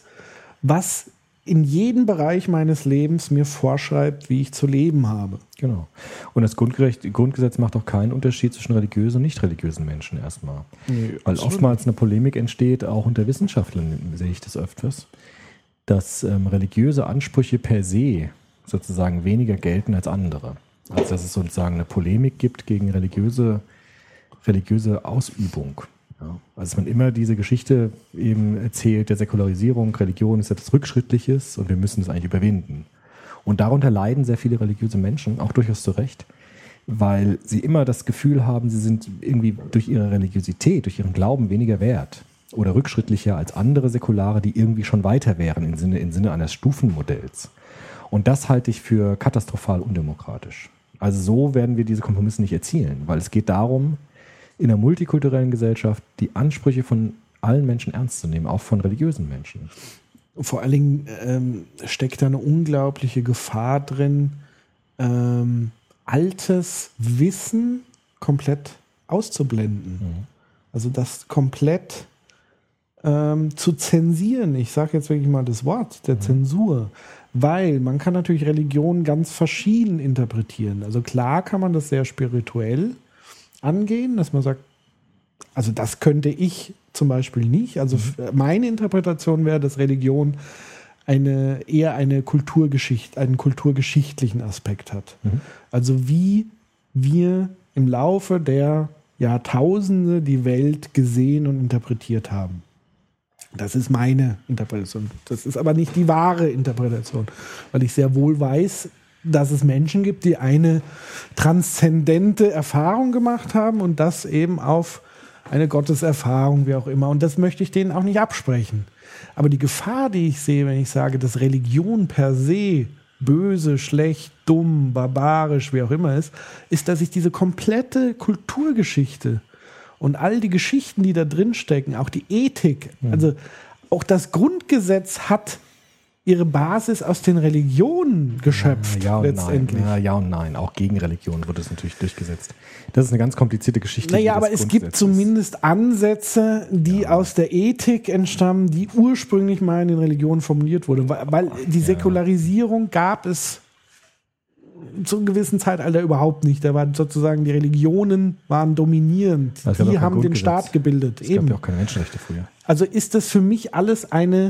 was in jedem Bereich meines Lebens mir vorschreibt, wie ich zu leben habe. Genau. Und das Grundgesetz macht auch keinen Unterschied zwischen religiösen und nicht religiösen Menschen erstmal. Nee, weil oftmals eine Polemik entsteht, auch unter Wissenschaftlern sehe ich das öfters, dass religiöse Ansprüche per se sozusagen weniger gelten als andere. Also dass es sozusagen eine Polemik gibt gegen religiöse Ausübung. Ja. Also dass man immer diese Geschichte eben erzählt, der Säkularisierung, Religion ist etwas Rückschrittliches und wir müssen es eigentlich überwinden. Und darunter leiden sehr viele religiöse Menschen, auch durchaus zu Recht, weil sie immer das Gefühl haben, sie sind irgendwie durch ihre Religiosität, durch ihren Glauben weniger wert oder rückschrittlicher als andere Säkulare, die irgendwie schon weiter wären im Sinne eines Stufenmodells. Und das halte ich für katastrophal undemokratisch. Also so werden wir diese Kompromisse nicht erzielen, weil es geht darum, in einer multikulturellen Gesellschaft die Ansprüche von allen Menschen ernst zu nehmen, auch von religiösen Menschen. Vor allen Dingen steckt da eine unglaubliche Gefahr drin, altes Wissen komplett auszublenden. Also das komplett zu zensieren. Ich sage jetzt wirklich mal das Wort der Zensur. Weil man kann natürlich Religion ganz verschieden interpretieren. Also klar kann man das sehr spirituell angehen, dass man sagt, also das könnte ich zum Beispiel nicht. Also meine Interpretation wäre, dass Religion eher einen kulturgeschichtlichen Aspekt hat. Also wie wir im Laufe der Jahrtausende die Welt gesehen und interpretiert haben. Das ist meine Interpretation. Das ist aber nicht die wahre Interpretation, weil ich sehr wohl weiß, dass es Menschen gibt, die eine transzendente Erfahrung gemacht haben und das eben auf eine Gotteserfahrung, wie auch immer. Und das möchte ich denen auch nicht absprechen. Aber die Gefahr, die ich sehe, wenn ich sage, dass Religion per se böse, schlecht, dumm, barbarisch, wie auch immer ist, dass ich diese komplette Kulturgeschichte und all die Geschichten, die da drin stecken, auch die Ethik, also auch das Grundgesetz hat ihre Basis aus den Religionen geschöpft, ja und letztendlich. Nein. Ja und nein. Auch gegen Religion wird es natürlich durchgesetzt. Das ist eine ganz komplizierte Geschichte. Naja, aber es gibt zumindest Ansätze, die aus der Ethik entstammen, die ursprünglich mal in den Religionen formuliert wurden. Weil die Säkularisierung gab es zu einem gewissen Zeitalter überhaupt nicht. Da waren sozusagen die Religionen waren dominierend. Die haben den Staat gebildet. Es gab ja auch keine Menschenrechte früher. Also ist das für mich alles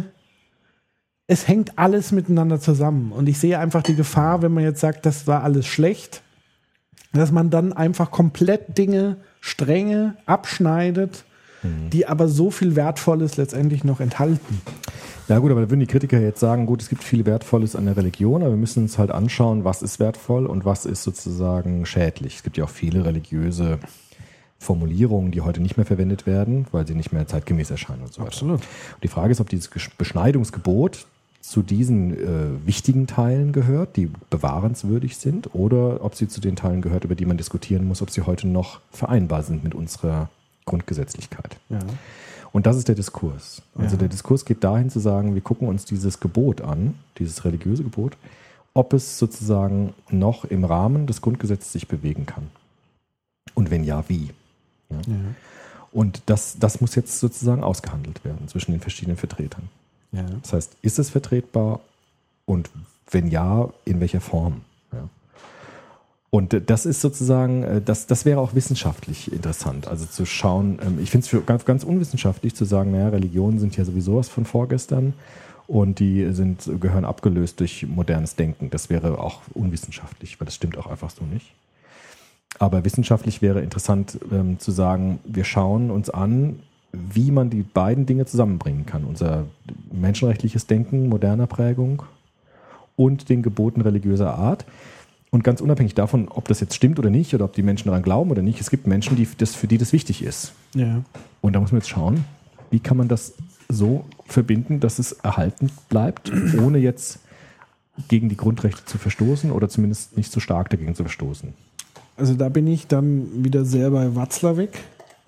es hängt alles miteinander zusammen. Und ich sehe einfach die Gefahr, wenn man jetzt sagt, das war alles schlecht, dass man dann einfach komplett Dinge, Stränge abschneidet, die aber so viel Wertvolles letztendlich noch enthalten. Ja gut, aber da würden die Kritiker jetzt sagen, gut, es gibt viel Wertvolles an der Religion, aber wir müssen uns halt anschauen, was ist wertvoll und was ist sozusagen schädlich. Es gibt ja auch viele religiöse Formulierungen, die heute nicht mehr verwendet werden, weil sie nicht mehr zeitgemäß erscheinen und so weiter. Absolut. Und die Frage ist, ob dieses Beschneidungsgebot zu diesen wichtigen Teilen gehört, die bewahrenswürdig sind, oder ob sie zu den Teilen gehört, über die man diskutieren muss, ob sie heute noch vereinbar sind mit unserer Grundgesetzlichkeit. Ja. Und das ist der Diskurs. Also der Diskurs geht dahin zu sagen, wir gucken uns dieses Gebot an, dieses religiöse Gebot, ob es sozusagen noch im Rahmen des Grundgesetzes sich bewegen kann. Und wenn ja, wie? Ja. Ja. Und das muss jetzt sozusagen ausgehandelt werden zwischen den verschiedenen Vertretern. Ja. Das heißt, ist es vertretbar und wenn ja, in welcher Form? Ja. Und das ist sozusagen, das wäre auch wissenschaftlich interessant. Also zu schauen, ich finde es für ganz unwissenschaftlich zu sagen, naja, Religionen sind ja sowieso was von vorgestern und die gehören abgelöst durch modernes Denken. Das wäre auch unwissenschaftlich, weil das stimmt auch einfach so nicht. Aber wissenschaftlich wäre interessant zu sagen, wir schauen uns an, wie man die beiden Dinge zusammenbringen kann. Unser menschenrechtliches Denken moderner Prägung und den Geboten religiöser Art. Und ganz unabhängig davon, ob das jetzt stimmt oder nicht, oder ob die Menschen daran glauben oder nicht, es gibt Menschen, für die das wichtig ist. Ja. Und da muss man jetzt schauen, wie kann man das so verbinden, dass es erhalten bleibt, ohne jetzt gegen die Grundrechte zu verstoßen oder zumindest nicht so stark dagegen zu verstoßen. Also da bin ich dann wieder sehr bei Watzlawick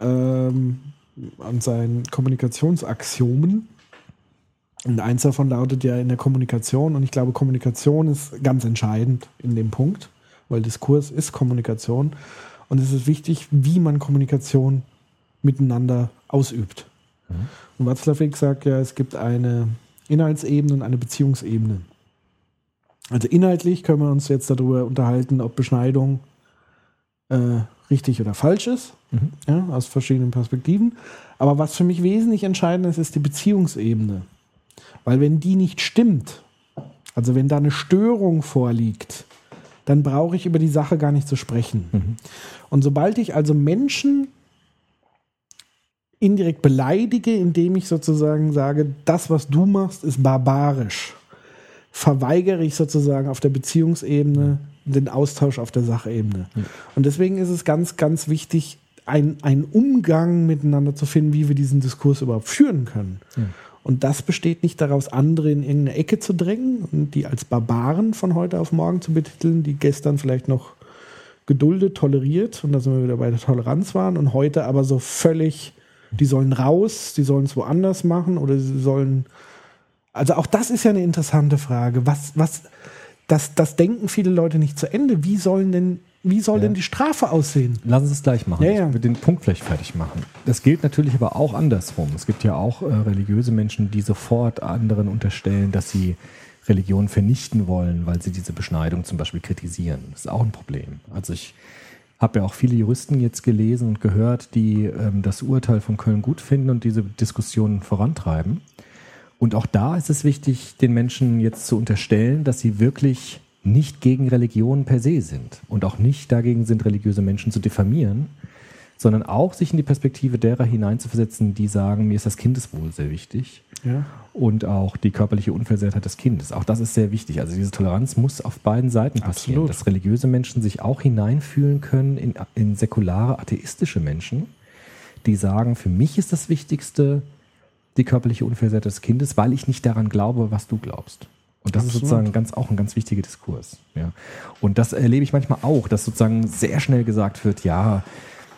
an seinen Kommunikationsaxiomen. Und eins davon lautet ja in der Kommunikation, und ich glaube, Kommunikation ist ganz entscheidend in dem Punkt, weil Diskurs ist Kommunikation. Und es ist wichtig, wie man Kommunikation miteinander ausübt. Mhm. Und Watzlawick sagt ja, es gibt eine Inhaltsebene und eine Beziehungsebene. Also inhaltlich können wir uns jetzt darüber unterhalten, ob Beschneidung richtig oder falsch ist, ja, aus verschiedenen Perspektiven. Aber was für mich wesentlich entscheidend ist, ist die Beziehungsebene. Weil wenn die nicht stimmt, also wenn da eine Störung vorliegt, dann brauche ich über die Sache gar nicht zu sprechen. Mhm. Und sobald ich also Menschen indirekt beleidige, indem ich sozusagen sage, das, was du machst, ist barbarisch, verweigere ich sozusagen auf der Beziehungsebene den Austausch auf der Sachebene. Ja. Und deswegen ist es ganz, ganz wichtig, einen Umgang miteinander zu finden, wie wir diesen Diskurs überhaupt führen können. Ja. Und das besteht nicht daraus, andere in irgendeine Ecke zu drängen und die als Barbaren von heute auf morgen zu betiteln, die gestern vielleicht noch geduldet, toleriert, und da sind wir wieder bei der Toleranz waren, und heute aber so völlig, die sollen raus, die sollen es woanders machen oder sie sollen, also auch das ist ja eine interessante Frage. Das denken viele Leute nicht zu Ende. Wie soll denn die Strafe aussehen? Lass uns es gleich machen. Ja. Ich will den Punkt vielleicht fertig machen. Das gilt natürlich aber auch andersrum. Es gibt ja auch religiöse Menschen, die sofort anderen unterstellen, dass sie Religion vernichten wollen, weil sie diese Beschneidung zum Beispiel kritisieren. Das ist auch ein Problem. Also ich habe ja auch viele Juristen jetzt gelesen und gehört, die das Urteil von Köln gut finden und diese Diskussionen vorantreiben. Und auch da ist es wichtig, den Menschen jetzt zu unterstellen, dass sie wirklich nicht gegen Religion per se sind und auch nicht dagegen sind, religiöse Menschen zu diffamieren, sondern auch sich in die Perspektive derer hineinzuversetzen, die sagen, mir ist das Kindeswohl sehr wichtig, ja, und auch die körperliche Unversehrtheit des Kindes. Auch das ist sehr wichtig. Also diese Toleranz muss auf beiden Seiten passieren, absolut, dass religiöse Menschen sich auch hineinfühlen können in säkulare, atheistische Menschen, die sagen, für mich ist das Wichtigste die körperliche Unversehrtheit des Kindes, weil ich nicht daran glaube, was du glaubst. Und das ist sozusagen auch ein ganz wichtiger Diskurs. Ja. Und das erlebe ich manchmal auch, dass sozusagen sehr schnell gesagt wird, ja,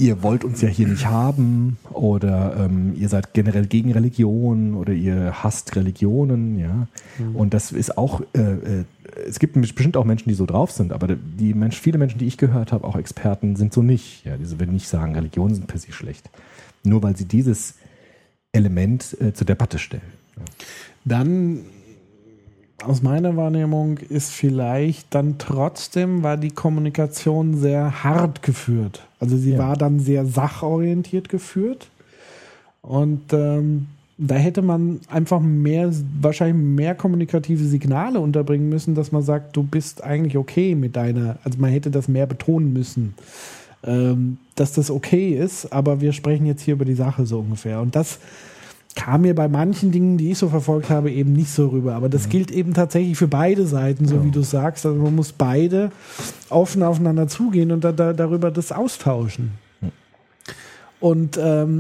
ihr wollt uns ja hier nicht haben oder ihr seid generell gegen Religion oder ihr hasst Religionen, ja. Und das ist auch, es gibt bestimmt auch Menschen, die so drauf sind, aber viele Menschen, die ich gehört habe, auch Experten, sind so nicht. Ja, diese würden nicht sagen, Religionen sind per se schlecht. Nur weil sie dieses Element zur Debatte stellen. Ja. Dann aus meiner Wahrnehmung ist vielleicht dann trotzdem, war die Kommunikation sehr hart geführt. Also sie war dann sehr sachorientiert geführt. Und da hätte man einfach wahrscheinlich mehr kommunikative Signale unterbringen müssen, dass man sagt, du bist eigentlich okay mit deiner, also man hätte das mehr betonen müssen, dass das okay ist, aber wir sprechen jetzt hier über die Sache so ungefähr. Und das kam mir bei manchen Dingen, die ich so verfolgt habe, eben nicht so rüber. Aber das gilt eben tatsächlich für beide Seiten, so wie du sagst. Also man muss beide offen aufeinander zugehen und darüber das austauschen. Und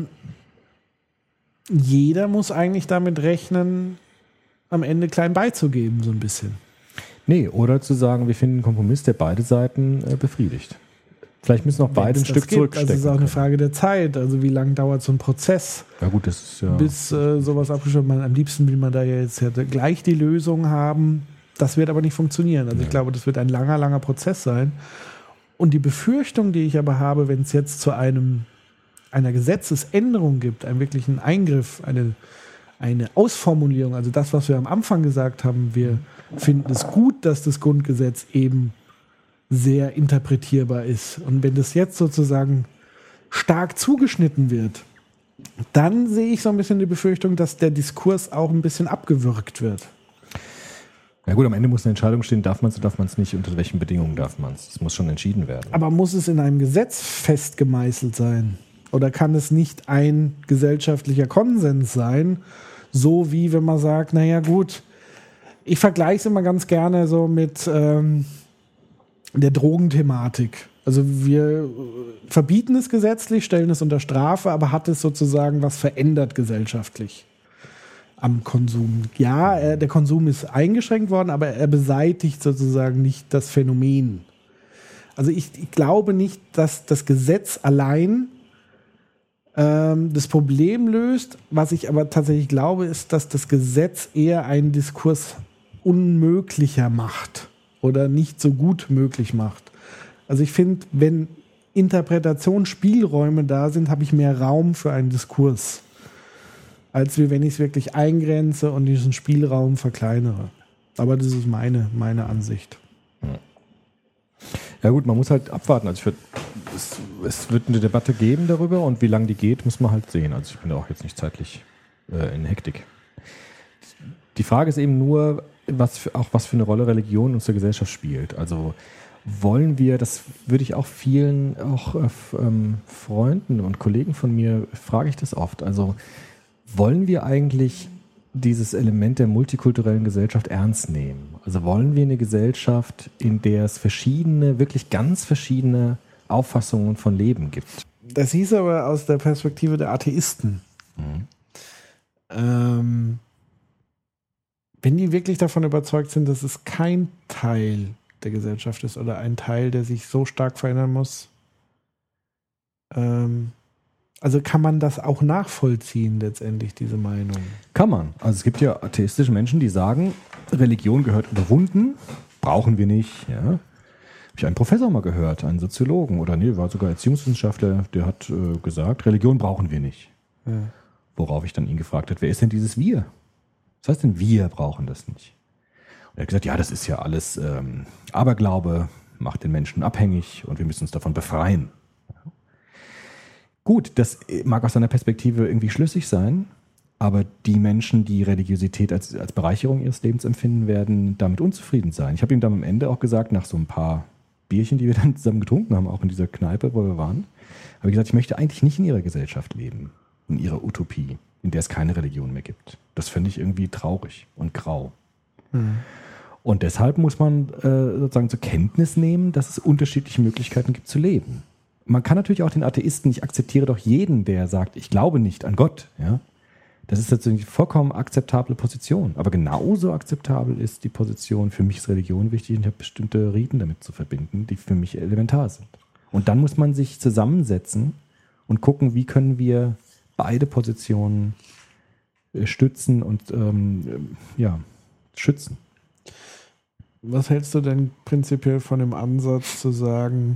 jeder muss eigentlich damit rechnen, am Ende klein beizugeben, so ein bisschen. Nee, oder zu sagen, wir finden einen Kompromiss, der beide Seiten befriedigt. Vielleicht müssen auch beide ein Stück zurückstecken. Das ist auch eine Frage der Zeit. Also wie lange dauert so ein Prozess? Ja gut, das ist ja... Bis sowas abgeschlossen wird. Am liebsten will man da ja jetzt gleich die Lösung haben. Das wird aber nicht funktionieren. Also ich glaube, das wird ein langer, langer Prozess sein. Und die Befürchtung, die ich aber habe, wenn es jetzt zu einer Gesetzesänderung gibt, einen wirklichen Eingriff, eine Ausformulierung, also das, was wir am Anfang gesagt haben, wir finden es gut, dass das Grundgesetz eben sehr interpretierbar ist. Und wenn das jetzt sozusagen stark zugeschnitten wird, dann sehe ich so ein bisschen die Befürchtung, dass der Diskurs auch ein bisschen abgewürgt wird. Ja gut, am Ende muss eine Entscheidung stehen, darf man es oder darf man es nicht, unter welchen Bedingungen darf man es. Das muss schon entschieden werden. Aber muss es in einem Gesetz festgemeißelt sein? Oder kann es nicht ein gesellschaftlicher Konsens sein? So wie wenn man sagt, naja gut, ich vergleiche es immer ganz gerne so mit der Drogenthematik. Also wir verbieten es gesetzlich, stellen es unter Strafe, aber hat es sozusagen was verändert gesellschaftlich am Konsum? Ja, der Konsum ist eingeschränkt worden, aber er beseitigt sozusagen nicht das Phänomen. Also ich glaube nicht, dass das Gesetz allein das Problem löst. Was ich aber tatsächlich glaube, ist, dass das Gesetz eher einen Diskurs unmöglicher macht oder nicht so gut möglich macht. Also ich finde, wenn Interpretationsspielräume da sind, habe ich mehr Raum für einen Diskurs, als wenn ich es wirklich eingrenze und diesen Spielraum verkleinere. Aber das ist meine Ansicht. Ja gut, man muss halt abwarten. Also es wird eine Debatte geben darüber und wie lange die geht, muss man halt sehen. Also ich bin da auch jetzt nicht zeitlich in Hektik. Die Frage ist eben nur, was für eine Rolle Religion in unserer Gesellschaft spielt. Also wollen wir, das würde ich auch vielen Freunden und Kollegen von mir, frage ich das oft, also wollen wir eigentlich dieses Element der multikulturellen Gesellschaft ernst nehmen? Also wollen wir eine Gesellschaft, in der es wirklich ganz verschiedene Auffassungen von Leben gibt? Das hieß aber aus der Perspektive der Atheisten. Wenn die wirklich davon überzeugt sind, dass es kein Teil der Gesellschaft ist oder ein Teil, der sich so stark verändern muss, also kann man das auch nachvollziehen, letztendlich, diese Meinung? Kann man. Also es gibt ja atheistische Menschen, die sagen, Religion gehört überwunden, brauchen wir nicht. Ja. Habe ich einen Professor mal gehört, einen Soziologen, war sogar Erziehungswissenschaftler, der hat gesagt, Religion brauchen wir nicht. Ja. Worauf ich dann ihn gefragt habe, wer ist denn dieses Wir? Was heißt denn, wir brauchen das nicht? Und er hat gesagt, ja, das ist ja alles Aberglaube, macht den Menschen abhängig und wir müssen uns davon befreien. Ja. Gut, das mag aus seiner Perspektive irgendwie schlüssig sein, aber die Menschen, die Religiosität als Bereicherung ihres Lebens empfinden, werden damit unzufrieden sein. Ich habe ihm dann am Ende auch gesagt, nach so ein paar Bierchen, die wir dann zusammen getrunken haben, auch in dieser Kneipe, wo wir waren, habe ich gesagt, ich möchte eigentlich nicht in ihrer Gesellschaft leben, in ihrer Utopie, in der es keine Religion mehr gibt. Das fände ich irgendwie traurig und grau. Und deshalb muss man sozusagen zur Kenntnis nehmen, dass es unterschiedliche Möglichkeiten gibt zu leben. Man kann natürlich auch den Atheisten, ich akzeptiere doch jeden, der sagt, ich glaube nicht an Gott. Ja? Das ist natürlich eine vollkommen akzeptable Position. Aber genauso akzeptabel ist die Position, für mich ist Religion wichtig und ich habe bestimmte Riten damit zu verbinden, die für mich elementar sind. Und dann muss man sich zusammensetzen und gucken, wie können wir beide Positionen stützen und schützen. Was hältst du denn prinzipiell von dem Ansatz zu sagen,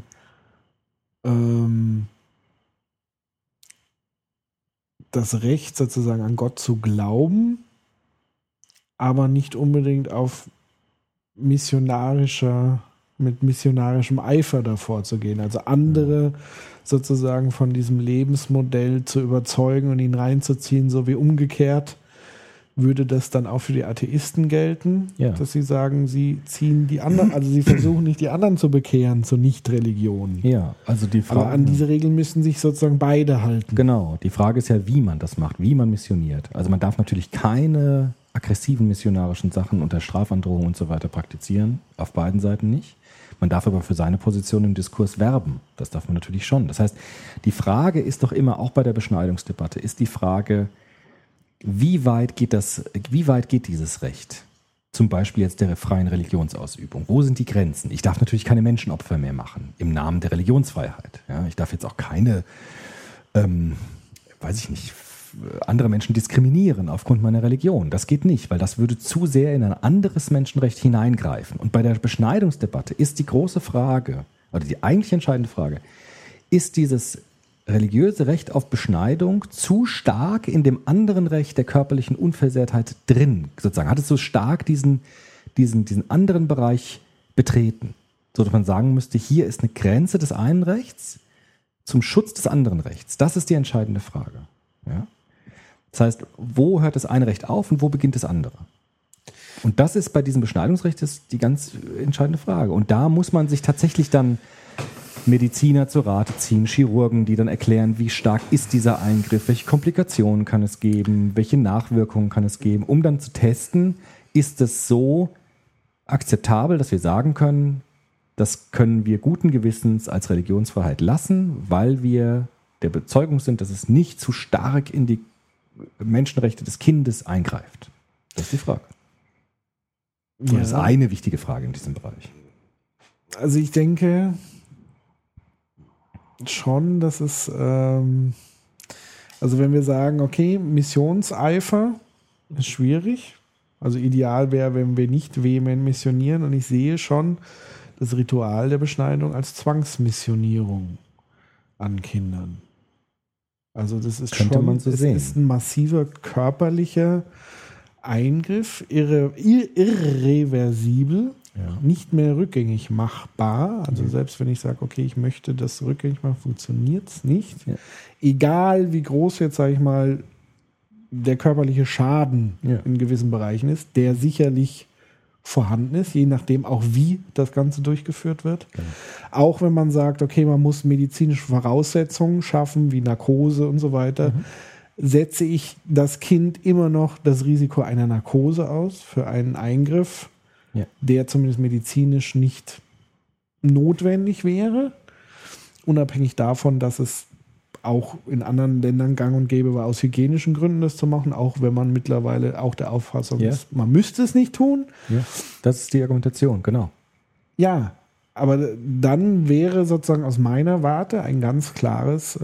das Recht sozusagen an Gott zu glauben, aber nicht unbedingt mit missionarischem Eifer davor zu gehen, also andere sozusagen von diesem Lebensmodell zu überzeugen und ihn reinzuziehen, so wie umgekehrt würde das dann auch für die Atheisten gelten, dass sie sagen, sie ziehen die anderen, also sie versuchen nicht die anderen zu bekehren zu Nicht-Religionen. Ja, also die Frage. Aber an diese Regeln müssen sich sozusagen beide halten. Genau, die Frage ist ja, wie man das macht, wie man missioniert. Also man darf natürlich keine aggressiven missionarischen Sachen unter Strafandrohung und so weiter praktizieren, auf beiden Seiten nicht. Man darf aber für seine Position im Diskurs werben. Das darf man natürlich schon. Das heißt, die Frage ist doch immer, auch bei der Beschneidungsdebatte, ist die Frage, wie weit geht dieses Recht? Zum Beispiel jetzt der freien Religionsausübung. Wo sind die Grenzen? Ich darf natürlich keine Menschenopfer mehr machen im Namen der Religionsfreiheit. Ja, ich darf jetzt auch keine, andere Menschen diskriminieren aufgrund meiner Religion. Das geht nicht, weil das würde zu sehr in ein anderes Menschenrecht hineingreifen. Und bei der Beschneidungsdebatte ist die große Frage, oder die eigentlich entscheidende Frage, ist dieses religiöse Recht auf Beschneidung zu stark in dem anderen Recht der körperlichen Unversehrtheit drin, sozusagen? Hat es so stark diesen anderen Bereich betreten, sodass man sagen müsste, hier ist eine Grenze des einen Rechts zum Schutz des anderen Rechts. Das ist die entscheidende Frage. Ja? Das heißt, wo hört das eine Recht auf und wo beginnt das andere? Und das ist bei diesem Beschneidungsrecht die ganz entscheidende Frage. Und da muss man sich tatsächlich dann Mediziner zu Rate ziehen, Chirurgen, die dann erklären, wie stark ist dieser Eingriff, welche Komplikationen kann es geben, welche Nachwirkungen kann es geben, um dann zu testen, ist es so akzeptabel, dass wir sagen können, das können wir guten Gewissens als Religionsfreiheit lassen, weil wir der Überzeugung sind, dass es nicht zu stark in die Menschenrechte des Kindes eingreift. Das ist die Frage. Ja. Das ist eine wichtige Frage in diesem Bereich. Also ich denke schon, dass es, also wenn wir sagen, okay, Missionseifer ist schwierig, also ideal wäre, wenn wir nicht vehement missionieren, und ich sehe schon das Ritual der Beschneidung als Zwangsmissionierung an Kindern. Also das ist könnte schon, man so sehen. Es ist ein massiver körperlicher Eingriff, irreversibel, nicht mehr rückgängig machbar. Also selbst wenn ich sage, okay, ich möchte das rückgängig machen, funktioniert es nicht. Ja. Egal wie groß jetzt, sage ich mal, der körperliche Schaden in gewissen Bereichen ist, der sicherlich vorhanden ist, je nachdem auch wie das Ganze durchgeführt wird. Genau. Auch wenn man sagt, okay, man muss medizinische Voraussetzungen schaffen, wie Narkose und so weiter, setze ich das Kind immer noch das Risiko einer Narkose aus für einen Eingriff, der zumindest medizinisch nicht notwendig wäre, unabhängig davon, dass es auch in anderen Ländern gang und gäbe war, aus hygienischen Gründen das zu machen, auch wenn man mittlerweile auch der Auffassung ist, man müsste es nicht tun. Ja, das ist die Argumentation, genau. Ja, aber dann wäre sozusagen aus meiner Warte ein ganz klares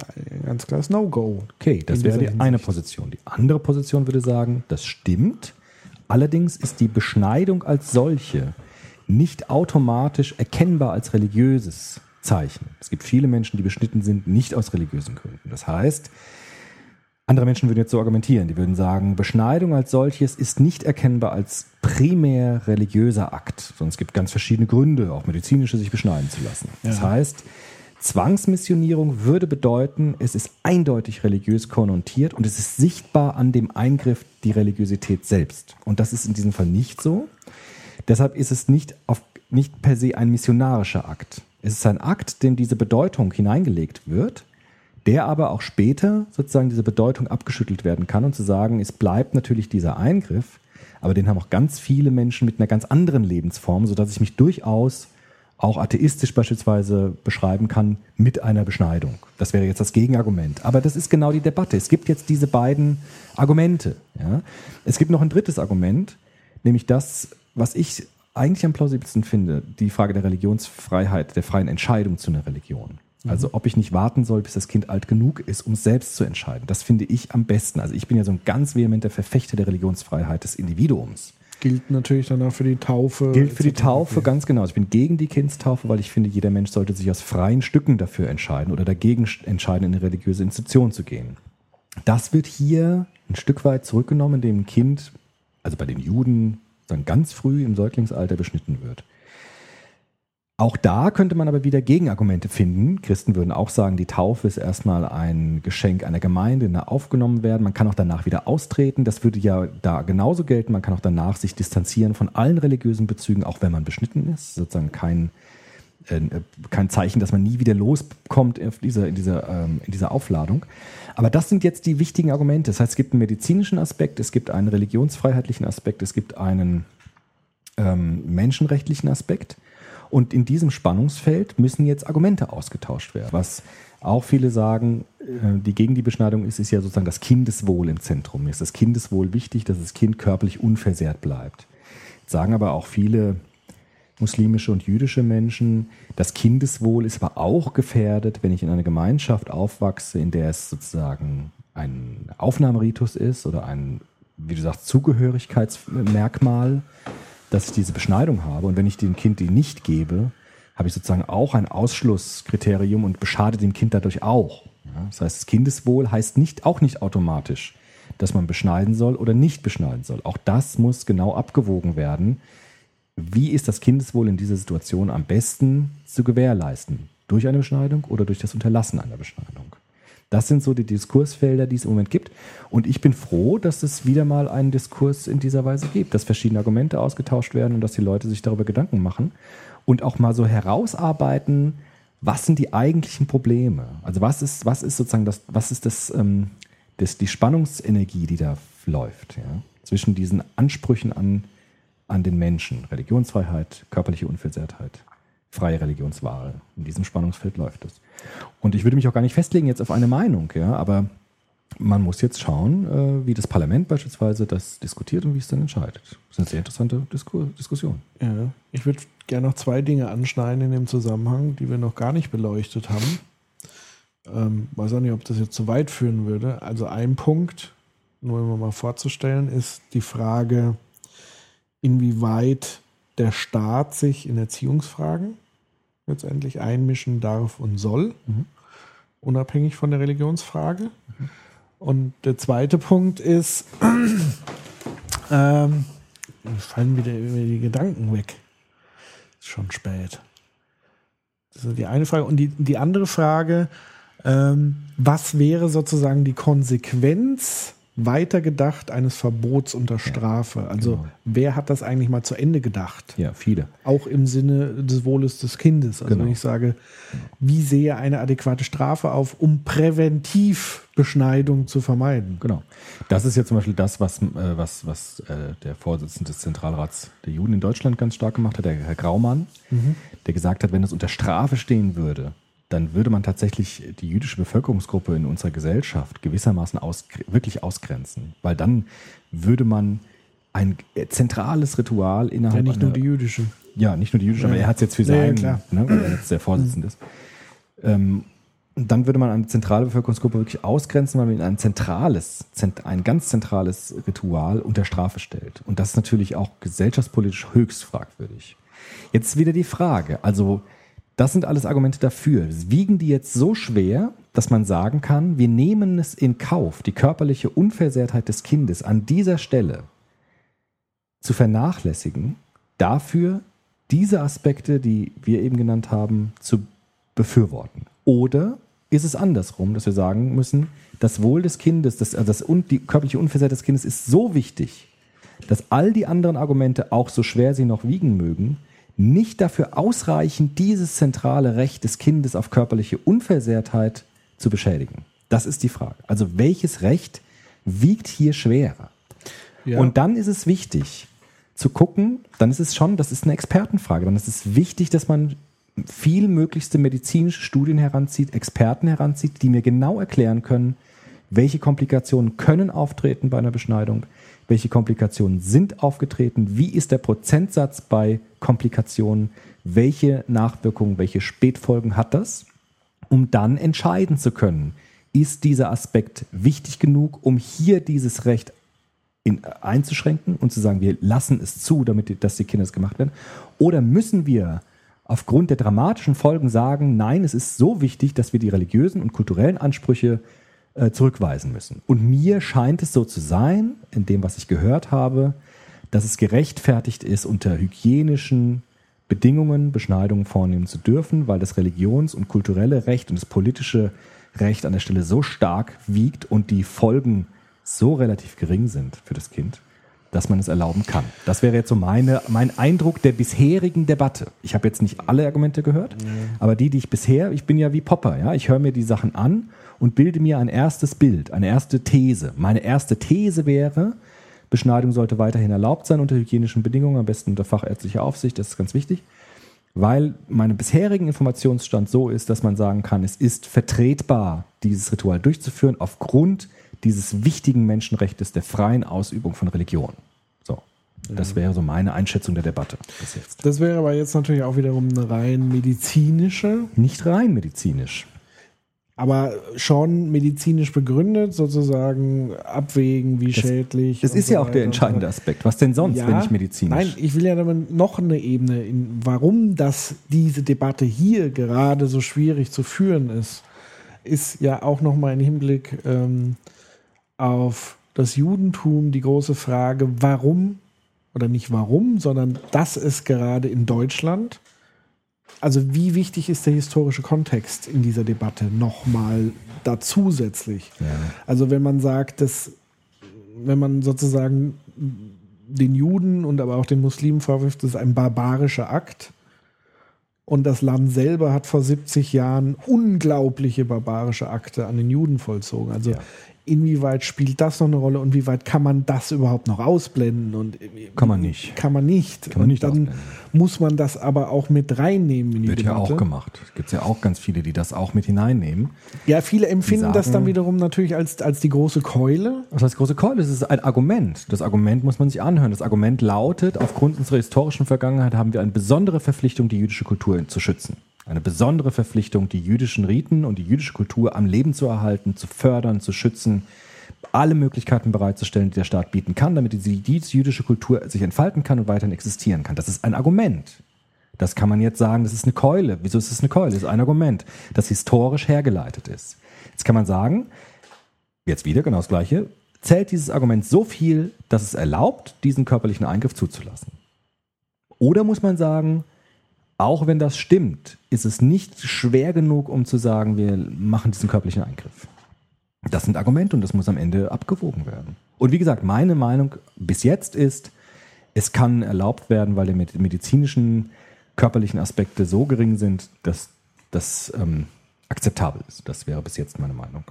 No-Go. Okay, das wäre die eine Position. Die andere Position würde sagen, das stimmt. Allerdings ist die Beschneidung als solche nicht automatisch erkennbar als religiöses Zeichen. Es gibt viele Menschen, die beschnitten sind, nicht aus religiösen Gründen. Das heißt, andere Menschen würden jetzt so argumentieren, die würden sagen, Beschneidung als solches ist nicht erkennbar als primär religiöser Akt, sondern es gibt ganz verschiedene Gründe, auch medizinische, sich beschneiden zu lassen. Ja. Das heißt, Zwangsmissionierung würde bedeuten, es ist eindeutig religiös konnotiert und es ist sichtbar an dem Eingriff die Religiosität selbst. Und das ist in diesem Fall nicht so. Deshalb ist es nicht per se ein missionarischer Akt. Es ist ein Akt, dem diese Bedeutung hineingelegt wird, der aber auch später sozusagen diese Bedeutung abgeschüttelt werden kann und zu sagen, es bleibt natürlich dieser Eingriff, aber den haben auch ganz viele Menschen mit einer ganz anderen Lebensform, sodass ich mich durchaus auch atheistisch beispielsweise beschreiben kann mit einer Beschneidung. Das wäre jetzt das Gegenargument. Aber das ist genau die Debatte. Es gibt jetzt diese beiden Argumente. Ja? Es gibt noch ein drittes Argument, nämlich das, was ich eigentlich am plausibelsten finde, die Frage der Religionsfreiheit, der freien Entscheidung zu einer Religion. Also ob ich nicht warten soll, bis das Kind alt genug ist, um selbst zu entscheiden. Das finde ich am besten. Also ich bin ja so ein ganz vehementer Verfechter der Religionsfreiheit des Individuums. Gilt natürlich dann auch für die Taufe. Gilt für die Taufe, ganz genau. Ich bin gegen die Kindstaufe, weil ich finde, jeder Mensch sollte sich aus freien Stücken dafür entscheiden oder dagegen entscheiden, in eine religiöse Institution zu gehen. Das wird hier ein Stück weit zurückgenommen, indem ein Kind, also bei den Juden, dann ganz früh im Säuglingsalter beschnitten wird. Auch da könnte man aber wieder Gegenargumente finden. Christen würden auch sagen, die Taufe ist erstmal ein Geschenk einer Gemeinde, in der aufgenommen werden. Man kann auch danach wieder austreten. Das würde ja da genauso gelten. Man kann auch danach sich distanzieren von allen religiösen Bezügen, auch wenn man beschnitten ist. Sozusagen kein Zeichen, dass man nie wieder loskommt in dieser Aufladung. Aber das sind jetzt die wichtigen Argumente. Das heißt, es gibt einen medizinischen Aspekt, es gibt einen religionsfreiheitlichen Aspekt, es gibt einen menschenrechtlichen Aspekt. Und in diesem Spannungsfeld müssen jetzt Argumente ausgetauscht werden. Was auch viele sagen, die gegen die Beschneidung ist ja sozusagen das Kindeswohl im Zentrum. Mir ist das Kindeswohl wichtig, dass das Kind körperlich unversehrt bleibt. Jetzt sagen aber auch viele muslimische und jüdische Menschen, das Kindeswohl ist aber auch gefährdet, wenn ich in einer Gemeinschaft aufwachse, in der es sozusagen ein Aufnahmeritus ist oder ein, wie du sagst, Zugehörigkeitsmerkmal, dass ich diese Beschneidung habe. Und wenn ich dem Kind die nicht gebe, habe ich sozusagen auch ein Ausschlusskriterium und beschade dem Kind dadurch auch. Ja, das heißt, das Kindeswohl heißt auch nicht automatisch, dass man beschneiden soll oder nicht beschneiden soll. Auch das muss genau abgewogen werden. Wie ist das Kindeswohl in dieser Situation am besten zu gewährleisten? Durch eine Beschneidung oder durch das Unterlassen einer Beschneidung? Das sind so die Diskursfelder, die es im Moment gibt. Und ich bin froh, dass es wieder mal einen Diskurs in dieser Weise gibt, dass verschiedene Argumente ausgetauscht werden und dass die Leute sich darüber Gedanken machen und auch mal so herausarbeiten, was sind die eigentlichen Probleme? Also was ist sozusagen die Spannungsenergie, die da läuft, ja? Zwischen diesen Ansprüchen an den Menschen, Religionsfreiheit, körperliche Unversehrtheit, freie Religionswahl. In diesem Spannungsfeld läuft es. Und ich würde mich auch gar nicht festlegen jetzt auf eine Meinung, ja, aber man muss jetzt schauen, wie das Parlament beispielsweise das diskutiert und wie es dann entscheidet. Das ist eine sehr interessante Diskussion. Ja, ich würde gerne noch 2 Dinge anschneiden in dem Zusammenhang, die wir noch gar nicht beleuchtet haben. Weiß auch nicht, ob das jetzt zu weit führen würde. Also ein Punkt, nur immer mal vorzustellen, ist die Frage, inwieweit der Staat sich in Erziehungsfragen letztendlich einmischen darf und soll, unabhängig von der Religionsfrage. Und der zweite Punkt ist, fallen wieder die Gedanken weg. Ist schon spät. Das ist die eine Frage. Und die andere Frage, was wäre sozusagen die Konsequenz weitergedacht eines Verbots unter Strafe? Also genau. Wer hat das eigentlich mal zu Ende gedacht? Ja, viele. Auch im Sinne des Wohles des Kindes. Also wenn ich sage, wie sehe eine adäquate Strafe auf, um präventiv Beschneidung zu vermeiden? Genau. Das ist ja zum Beispiel das, was der Vorsitzende des Zentralrats der Juden in Deutschland ganz stark gemacht hat, der Herr Graumann, der gesagt hat, wenn das unter Strafe stehen würde, dann würde man tatsächlich die jüdische Bevölkerungsgruppe in unserer Gesellschaft gewissermaßen wirklich ausgrenzen. Weil dann würde man ein zentrales Ritual innerhalb nicht nur die jüdische. Ja, nicht nur die jüdische, aber er hat es jetzt für seinen, weil er jetzt der Vorsitzende ist. Dann würde man eine zentrale Bevölkerungsgruppe wirklich ausgrenzen, weil man ein ganz zentrales Ritual unter Strafe stellt. Und das ist natürlich auch gesellschaftspolitisch höchst fragwürdig. Jetzt wieder die Frage, also das sind alles Argumente dafür. Wiegen die jetzt so schwer, dass man sagen kann, wir nehmen es in Kauf, die körperliche Unversehrtheit des Kindes an dieser Stelle zu vernachlässigen, dafür diese Aspekte, die wir eben genannt haben, zu befürworten? Oder ist es andersrum, dass wir sagen müssen, das Wohl des Kindes, die körperliche Unversehrtheit des Kindes ist so wichtig, dass all die anderen Argumente, auch so schwer sie noch wiegen mögen, nicht dafür ausreichen, dieses zentrale Recht des Kindes auf körperliche Unversehrtheit zu beschädigen? Das ist die Frage. Also welches Recht wiegt hier schwerer? Ja. Und dann ist es wichtig zu gucken, das ist eine Expertenfrage, dann ist es wichtig, dass man möglichste medizinische Studien heranzieht, Experten heranzieht, die mir genau erklären können, welche Komplikationen können auftreten bei einer Beschneidung, welche Komplikationen sind aufgetreten, wie ist der Prozentsatz bei Komplikationen, welche Nachwirkungen, welche Spätfolgen hat das? um dann entscheiden zu können, ist dieser Aspekt wichtig genug, um hier dieses Recht einzuschränken und zu sagen, wir lassen es zu, dass die Kinder es gemacht werden? Oder müssen wir aufgrund der dramatischen Folgen sagen, nein, es ist so wichtig, dass wir die religiösen und kulturellen Ansprüche zurückweisen müssen? Und mir scheint es so zu sein, in dem, was ich gehört habe, dass es gerechtfertigt ist, unter hygienischen Bedingungen Beschneidungen vornehmen zu dürfen, weil das Religions- und kulturelle Recht und das politische Recht an der Stelle so stark wiegt und die Folgen so relativ gering sind für das Kind, dass man es erlauben kann. Das wäre jetzt so mein Eindruck der bisherigen Debatte. Ich habe jetzt nicht alle Argumente gehört, aber die ich bisher, ich bin ja wie Popper, ja, ich höre mir die Sachen an und bilde mir ein erstes Bild, eine erste These. Meine erste These wäre, Beschneidung sollte weiterhin erlaubt sein unter hygienischen Bedingungen, am besten unter fachärztlicher Aufsicht, das ist ganz wichtig, weil mein bisherigen Informationsstand so ist, dass man sagen kann, es ist vertretbar, dieses Ritual durchzuführen aufgrund dieses wichtigen Menschenrechtes der freien Ausübung von Religion. So, das wäre so meine Einschätzung der Debatte bis jetzt. Das wäre aber jetzt natürlich auch wiederum eine rein medizinische. Nicht rein medizinisch. Aber schon medizinisch begründet, sozusagen abwägen, wie schädlich. Das ist so ja auch der entscheidende Aspekt. Was denn sonst, wenn nicht medizinisch? Nein, ich will ja damit noch eine Ebene, warum diese Debatte hier gerade so schwierig zu führen ist ja auch nochmal im Hinblick auf das Judentum die große Frage, warum, oder nicht warum, sondern dass es gerade in Deutschland, also wie wichtig ist der historische Kontext in dieser Debatte nochmal da zusätzlich? Ja. Also wenn man sagt, wenn man sozusagen den Juden und aber auch den Muslimen vorwirft, das ist ein barbarischer Akt und das Land selber hat vor 70 Jahren unglaubliche barbarische Akte an den Juden vollzogen. Also inwieweit spielt das noch eine Rolle und wie weit kann man das überhaupt noch ausblenden? Und kann man nicht. Kann man nicht dann ausblenden. Muss man das aber auch mit reinnehmen in die Debatte. Wird ja auch gemacht. Es gibt ja auch ganz viele, die das auch mit hineinnehmen. Ja, viele empfinden das dann wiederum natürlich als die große Keule. Was heißt große Keule? Das ist ein Argument. Das Argument muss man sich anhören. Das Argument lautet, aufgrund unserer historischen Vergangenheit haben wir eine besondere Verpflichtung, die jüdische Kultur zu schützen. Eine besondere Verpflichtung, die jüdischen Riten und die jüdische Kultur am Leben zu erhalten, zu fördern, zu schützen, alle Möglichkeiten bereitzustellen, die der Staat bieten kann, damit die jüdische Kultur sich entfalten kann und weiterhin existieren kann. Das ist ein Argument. Das kann man jetzt sagen, das ist eine Keule. Wieso ist es eine Keule? Das ist ein Argument, das historisch hergeleitet ist. Jetzt kann man sagen, jetzt wieder genau das Gleiche, zählt dieses Argument so viel, dass es erlaubt, diesen körperlichen Eingriff zuzulassen? Oder muss man sagen, auch wenn das stimmt, ist es nicht schwer genug, um zu sagen, wir machen diesen körperlichen Eingriff. Das sind Argumente und das muss am Ende abgewogen werden. Und wie gesagt, meine Meinung bis jetzt ist, es kann erlaubt werden, weil die medizinischen, körperlichen Aspekte so gering sind, dass das akzeptabel ist. Das wäre bis jetzt meine Meinung.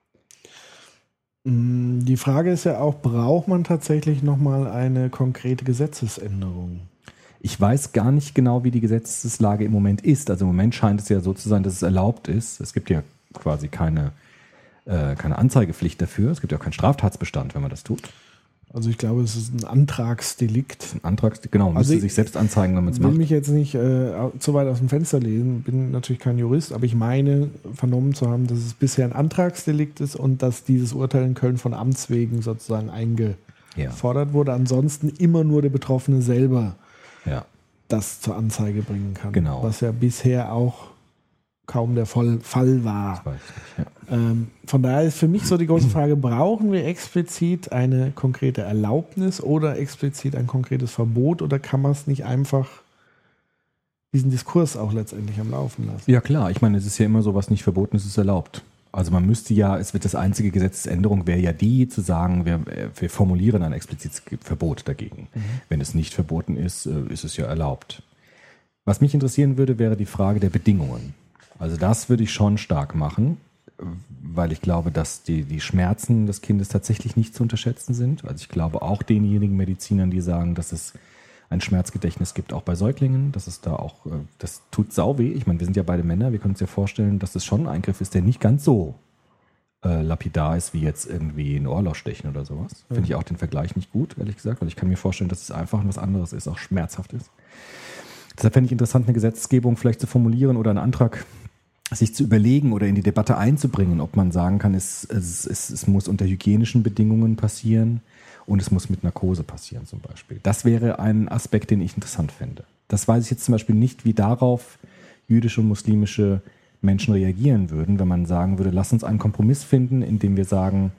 Die Frage ist ja auch, braucht man tatsächlich nochmal eine konkrete Gesetzesänderung? Ich weiß gar nicht genau, wie die Gesetzeslage im Moment ist. Also im Moment scheint es ja so zu sein, dass es erlaubt ist. Es gibt ja quasi keine Anzeigepflicht dafür. Es gibt ja auch keinen Straftatsbestand, wenn man das tut. Also ich glaube, es ist ein Antragsdelikt. Genau, man müsste sich selbst anzeigen, wenn man es macht. Ich will mich jetzt nicht zu weit aus dem Fenster lehnen, bin natürlich kein Jurist, aber ich meine, vernommen zu haben, dass es bisher ein Antragsdelikt ist und dass dieses Urteil in Köln von Amts wegen sozusagen eingefordert wurde. Ansonsten immer nur der Betroffene selber das zur Anzeige bringen kann. Genau. Was ja bisher auch kaum der Fall war. Das weiß ich nicht, von daher ist für mich so die große Frage, brauchen wir explizit eine konkrete Erlaubnis oder explizit ein konkretes Verbot oder kann man es nicht einfach diesen Diskurs auch letztendlich am Laufen lassen? Ja klar, ich meine, es ist ja immer so, was nicht verboten ist, ist erlaubt. Also man müsste ja, es wird das einzige Gesetzesänderung wäre ja die, zu sagen, wir formulieren ein explizites Verbot dagegen. Wenn es nicht verboten ist, ist es ja erlaubt. Was mich interessieren würde, wäre die Frage der Bedingungen. Also das würde ich schon stark machen, weil ich glaube, dass die Schmerzen des Kindes tatsächlich nicht zu unterschätzen sind. Also ich glaube auch denjenigen Medizinern, die sagen, dass es ein Schmerzgedächtnis gibt, auch bei Säuglingen, dass es da auch, das tut sau weh. Ich meine, wir sind ja beide Männer, wir können uns ja vorstellen, dass das schon ein Eingriff ist, der nicht ganz so lapidar ist, wie jetzt irgendwie ein Ohrloch stechen oder sowas. Finde ich auch den Vergleich nicht gut, ehrlich gesagt, weil ich kann mir vorstellen, dass es einfach was anderes ist, auch schmerzhaft ist. Deshalb fände ich interessant, eine Gesetzgebung vielleicht zu formulieren oder einen Antrag sich zu überlegen oder in die Debatte einzubringen, ob man sagen kann, es muss unter hygienischen Bedingungen passieren und es muss mit Narkose passieren zum Beispiel. Das wäre ein Aspekt, den ich interessant fände. Das weiß ich jetzt zum Beispiel nicht, wie darauf jüdische und muslimische Menschen reagieren würden, wenn man sagen würde, lass uns einen Kompromiss finden, indem wir sagen,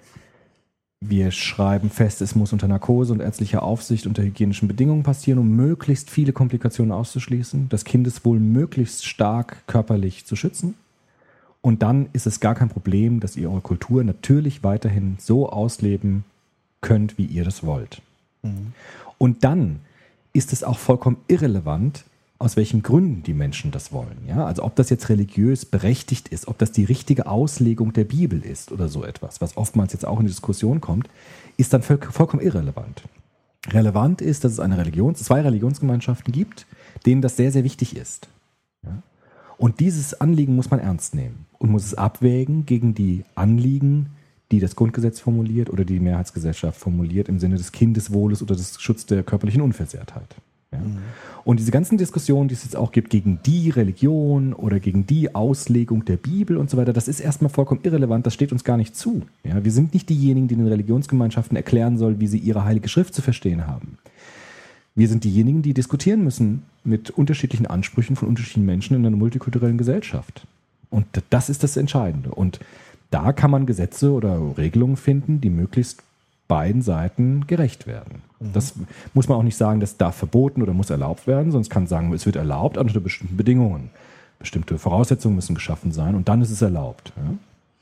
wir schreiben fest, es muss unter Narkose und ärztlicher Aufsicht unter hygienischen Bedingungen passieren, um möglichst viele Komplikationen auszuschließen, das Kindeswohl möglichst stark körperlich zu schützen. Und dann ist es gar kein Problem, dass ihr eure Kultur natürlich weiterhin so ausleben könnt, wie ihr das wollt. Mhm. Und dann ist es auch vollkommen irrelevant, aus welchen Gründen die Menschen das wollen. Ja? Also ob das jetzt religiös berechtigt ist, ob das die richtige Auslegung der Bibel ist oder so etwas, was oftmals jetzt auch in die Diskussion kommt, ist dann vollkommen irrelevant. Relevant ist, dass es zwei Religionsgemeinschaften gibt, denen das sehr, sehr wichtig ist. Ja? Und dieses Anliegen muss man ernst nehmen und muss es abwägen gegen die Anliegen, die das Grundgesetz formuliert oder die Mehrheitsgesellschaft formuliert im Sinne des Kindeswohles oder des Schutzes der körperlichen Unversehrtheit. Ja. Und diese ganzen Diskussionen, die es jetzt auch gibt gegen die Religion oder gegen die Auslegung der Bibel und so weiter, das ist erstmal vollkommen irrelevant, das steht uns gar nicht zu. Ja, wir sind nicht diejenigen, die den Religionsgemeinschaften erklären sollen, wie sie ihre heilige Schrift zu verstehen haben. Wir sind diejenigen, die diskutieren müssen mit unterschiedlichen Ansprüchen von unterschiedlichen Menschen in einer multikulturellen Gesellschaft. Und das ist das Entscheidende. Und da kann man Gesetze oder Regelungen finden, die möglichst beiden Seiten gerecht werden. Das muss man auch nicht sagen, das darf verboten oder muss erlaubt werden, sonst kann man sagen, es wird erlaubt unter bestimmten Bedingungen. Bestimmte Voraussetzungen müssen geschaffen sein und dann ist es erlaubt. Ja?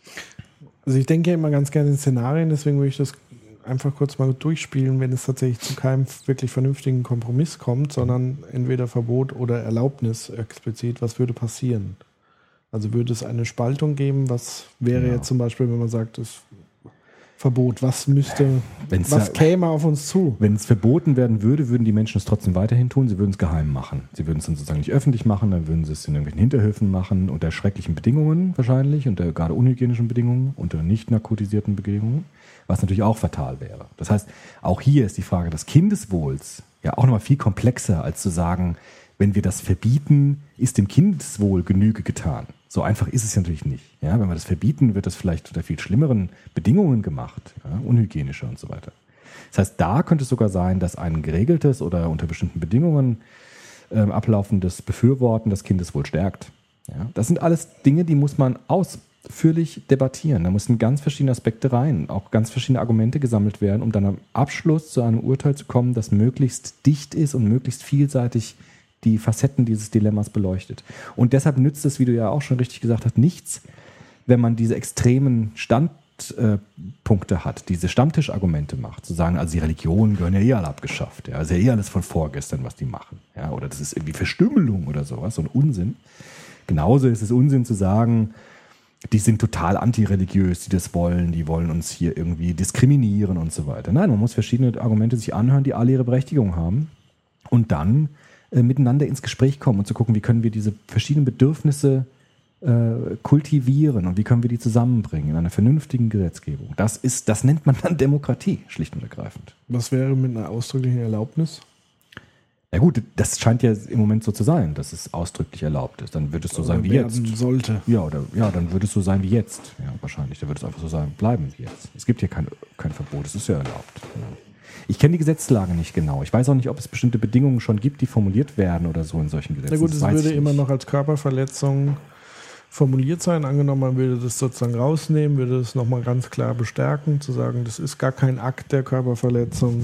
Also ich denke ja immer ganz gerne in Szenarien, deswegen würde ich das einfach kurz mal durchspielen, wenn es tatsächlich zu keinem wirklich vernünftigen Kompromiss kommt, sondern entweder Verbot oder Erlaubnis explizit, was würde passieren? Also würde es eine Spaltung geben, was wäre jetzt zum Beispiel, wenn man sagt, das Verbot, was käme auf uns zu? Wenn es verboten werden würde, würden die Menschen es trotzdem weiterhin tun, sie würden es geheim machen. Sie würden es dann sozusagen nicht öffentlich machen, dann würden sie es in irgendwelchen Hinterhöfen machen, unter schrecklichen Bedingungen wahrscheinlich, unter gerade unhygienischen Bedingungen, unter nicht narkotisierten Bedingungen, was natürlich auch fatal wäre. Das heißt, auch hier ist die Frage des Kindeswohls ja auch nochmal viel komplexer, als zu sagen, wenn wir das verbieten, ist dem Kindeswohl Genüge getan. So einfach ist es ja natürlich nicht. Ja, wenn wir das verbieten, wird das vielleicht unter viel schlimmeren Bedingungen gemacht, ja, unhygienischer und so weiter. Das heißt, da könnte es sogar sein, dass ein geregeltes oder unter bestimmten Bedingungen ablaufendes Befürworten das Kindeswohl stärkt. Ja, das sind alles Dinge, die muss man ausführlich debattieren. Da müssen ganz verschiedene Aspekte rein, auch ganz verschiedene Argumente gesammelt werden, um dann am Abschluss zu einem Urteil zu kommen, das möglichst dicht ist und möglichst vielseitig die Facetten dieses Dilemmas beleuchtet. Und deshalb nützt es, wie du ja auch schon richtig gesagt hast, nichts, wenn man diese extremen Standpunkte hat, diese Stammtischargumente macht, zu sagen, also die Religionen gehören ja alle abgeschafft. Ja, also ja alles von vorgestern, was die machen. Ja, oder das ist irgendwie Verstümmelung oder sowas, so ein Unsinn. Genauso ist es Unsinn zu sagen, die sind total antireligiös, die das wollen, die wollen uns hier irgendwie diskriminieren und so weiter. Nein, man muss verschiedene Argumente sich anhören, die alle ihre Berechtigung haben und dann miteinander ins Gespräch kommen und zu gucken, wie können wir diese verschiedenen Bedürfnisse kultivieren und wie können wir die zusammenbringen in einer vernünftigen Gesetzgebung. Das nennt man dann Demokratie, schlicht und ergreifend. Was wäre mit einer ausdrücklichen Erlaubnis? Ja gut, das scheint ja im Moment so zu sein, dass es ausdrücklich erlaubt ist. Dann wird es so sein wie jetzt. Sollte. Dann wird es so sein wie jetzt. Ja, wahrscheinlich. Dann wird es einfach so sein, bleiben wie jetzt. Es gibt hier kein Verbot, es ist ja erlaubt. Ja. Ich kenne die Gesetzlage nicht genau. Ich weiß auch nicht, ob es bestimmte Bedingungen schon gibt, die formuliert werden oder so in solchen Gesetzen. Na gut, es würde immer noch als Körperverletzung formuliert sein. Angenommen, man würde das sozusagen rausnehmen, würde das nochmal ganz klar bestärken, zu sagen, das ist gar kein Akt der Körperverletzung.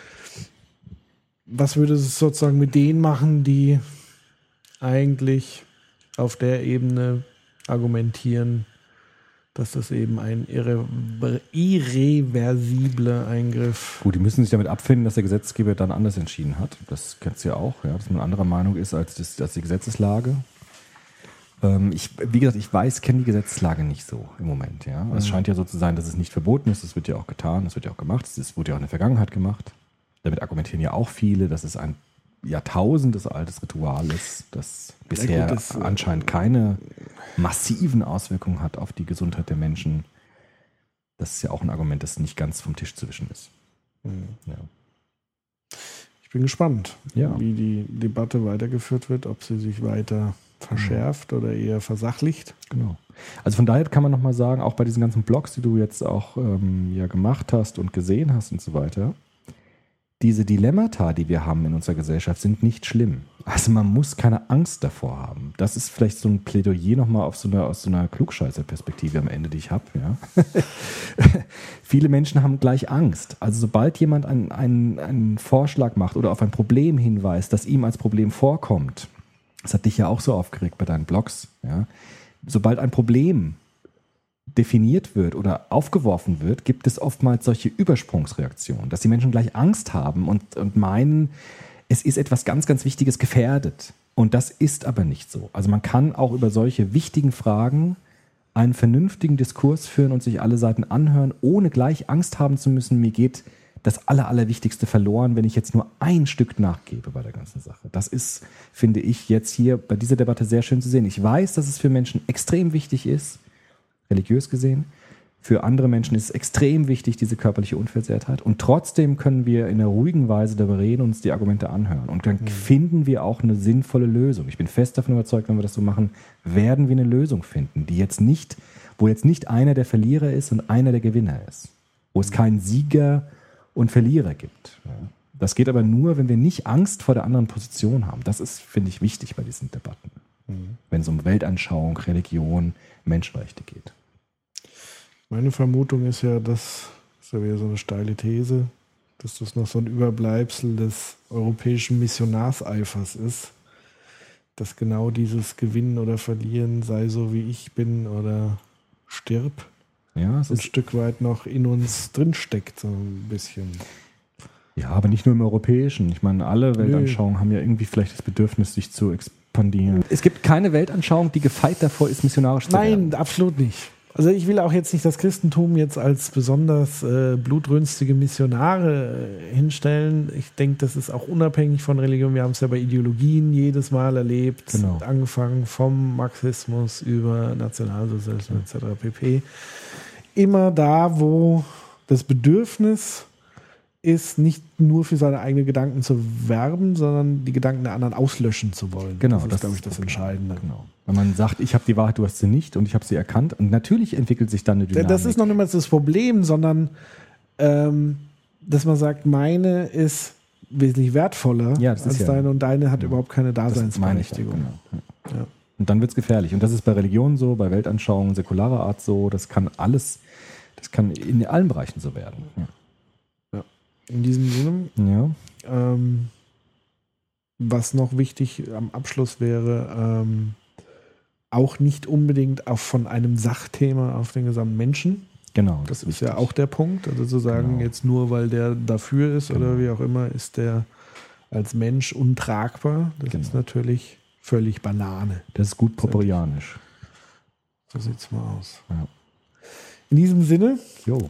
Was würde es sozusagen mit denen machen, die eigentlich auf der Ebene argumentieren, dass das eben ein irreversibler Eingriff. Gut, die müssen sich damit abfinden, dass der Gesetzgeber dann anders entschieden hat. Das kennst du ja auch, ja, dass man anderer Meinung ist als die Gesetzeslage. Wie gesagt, ich kenne die Gesetzeslage nicht so im Moment. Ja. Es scheint ja so zu sein, dass es nicht verboten ist. Das wird ja auch getan, das wird ja auch gemacht. Das wurde ja auch in der Vergangenheit gemacht. Damit argumentieren ja auch viele, dass es ein Jahrtausendes altes Ritual ist, das bisher anscheinend keine massiven Auswirkungen hat auf die Gesundheit der Menschen. Das ist ja auch ein Argument, das nicht ganz vom Tisch zu wischen ist. Ja. Ich bin gespannt, wie die Debatte weitergeführt wird, ob sie sich weiter verschärft oder eher versachlicht. Genau. Also von daher kann man nochmal sagen, auch bei diesen ganzen Blogs, die du jetzt auch gemacht hast und gesehen hast und so weiter, diese Dilemmata, die wir haben in unserer Gesellschaft, sind nicht schlimm. Also man muss keine Angst davor haben. Das ist vielleicht so ein Plädoyer nochmal aus so einer Klugscheißer-Perspektive am Ende, die ich habe. Ja. Viele Menschen haben gleich Angst. Also sobald jemand einen Vorschlag macht oder auf ein Problem hinweist, das ihm als Problem vorkommt, das hat dich ja auch so aufgeregt bei deinen Blogs, ja. Sobald ein Problem definiert wird oder aufgeworfen wird, gibt es oftmals solche Übersprungsreaktionen, dass die Menschen gleich Angst haben und meinen, es ist etwas ganz, ganz Wichtiges gefährdet. Und das ist aber nicht so. Also man kann auch über solche wichtigen Fragen einen vernünftigen Diskurs führen und sich alle Seiten anhören, ohne gleich Angst haben zu müssen, mir geht das Allerwichtigste verloren, wenn ich jetzt nur ein Stück nachgebe bei der ganzen Sache. Das ist, finde ich, jetzt hier bei dieser Debatte sehr schön zu sehen. Ich weiß, dass es für Menschen extrem wichtig ist, religiös gesehen. Für andere Menschen ist es extrem wichtig, diese körperliche Unversehrtheit. Und trotzdem können wir in einer ruhigen Weise darüber reden und uns die Argumente anhören. Und dann finden wir auch eine sinnvolle Lösung. Ich bin fest davon überzeugt, wenn wir das so machen, werden wir eine Lösung finden, wo jetzt nicht einer der Verlierer ist und einer der Gewinner ist. Wo es keinen Sieger und Verlierer gibt. Das geht aber nur, wenn wir nicht Angst vor der anderen Position haben. Das ist, finde ich, wichtig bei diesen Debatten. Wenn es um Weltanschauung, Religion, Menschenrechte geht. Meine Vermutung ist ja, das ist ja wieder so eine steile These, dass das noch so ein Überbleibsel des europäischen Missionarseifers ist, dass genau dieses Gewinnen oder Verlieren, sei so wie ich bin oder stirb, ja, es ein ist Stück weit noch in uns drinsteckt, so ein bisschen. Ja, aber nicht nur im Europäischen. Ich meine, alle Weltanschauungen haben ja irgendwie vielleicht das Bedürfnis, sich zu expandieren. Es gibt keine Weltanschauung, die gefeit davor ist, missionarisch zu werden. Nein, absolut nicht. Also ich will auch jetzt nicht das Christentum jetzt als besonders blutrünstige Missionare hinstellen. Ich denke, das ist auch unabhängig von Religion. Wir haben es ja bei Ideologien jedes Mal erlebt, Genau. Angefangen vom Marxismus über Nationalsozialismus etc. pp. Immer da, wo das Bedürfnis ist, nicht nur für seine eigenen Gedanken zu werben, sondern die Gedanken der anderen auslöschen zu wollen. Genau, das ist, glaube ich, das Entscheidende. Genau. Wenn man sagt, ich habe die Wahrheit, du hast sie nicht und ich habe sie erkannt. Und natürlich entwickelt sich dann eine Dynamik. Das ist noch nicht mal das Problem, sondern dass man sagt, meine ist wesentlich wertvoller als deine und deine hat überhaupt keine Daseinsberechtigung. Genau. Ja. Und dann wird es gefährlich. Und das ist bei Religion so, bei Weltanschauungen säkularer Art so. Das kann in allen Bereichen so werden. Ja. In diesem Sinne, was noch wichtig am Abschluss wäre, auch nicht unbedingt von einem Sachthema auf den gesamten Menschen. Genau. Das ist ja auch der Punkt. Also zu sagen, jetzt nur weil der dafür ist oder wie auch immer, ist der als Mensch untragbar. Das ist natürlich völlig Banane. Das ist gut popperianisch. So sieht es mal aus. Ja. In diesem Sinne,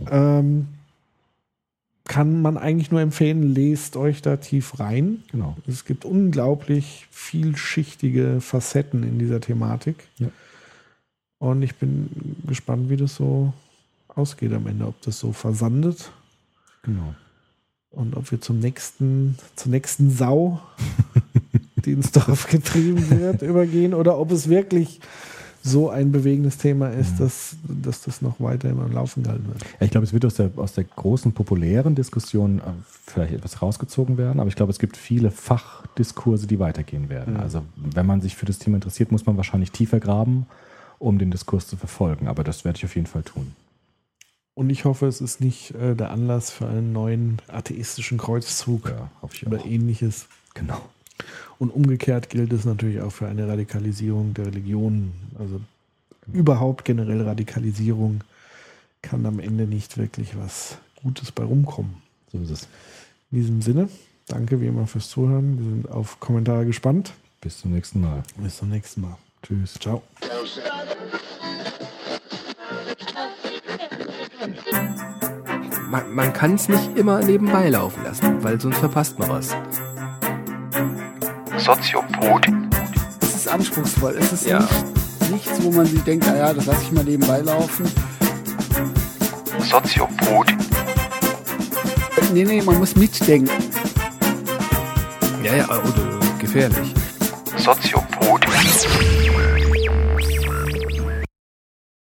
kann man eigentlich nur empfehlen, lest euch da tief rein. Genau. Es gibt unglaublich vielschichtige Facetten in dieser Thematik. Ja. Und ich bin gespannt, wie das so ausgeht am Ende. Ob das so versandet. Genau. Und ob wir zur nächsten Sau, die ins Dorf getrieben wird, übergehen. Oder ob es wirklich so ein bewegendes Thema ist, dass das noch weiter im Laufen gehalten wird. Ja, ich glaube, es wird aus der großen populären Diskussion vielleicht etwas rausgezogen werden, aber ich glaube, es gibt viele Fachdiskurse, die weitergehen werden. Also wenn man sich für das Thema interessiert, muss man wahrscheinlich tiefer graben, um den Diskurs zu verfolgen, aber das werde ich auf jeden Fall tun. Und ich hoffe, es ist nicht der Anlass für einen neuen atheistischen Kreuzzug oder ähnliches. Genau. Und umgekehrt gilt es natürlich auch für eine Radikalisierung der Religionen. Also überhaupt generell Radikalisierung kann am Ende nicht wirklich was Gutes bei rumkommen. So ist es. In diesem Sinne, danke wie immer fürs Zuhören. Wir sind auf Kommentare gespannt. Bis zum nächsten Mal. Bis zum nächsten Mal. Tschüss. Ciao. Man kann es nicht immer nebenbei laufen lassen, weil sonst verpasst man was. Soziopod. Es ist anspruchsvoll. Es ist nichts, wo man sich denkt, das lasse ich mal nebenbei laufen. Soziopod. Nee, man muss mitdenken. Ja, oder gefährlich. Soziopod.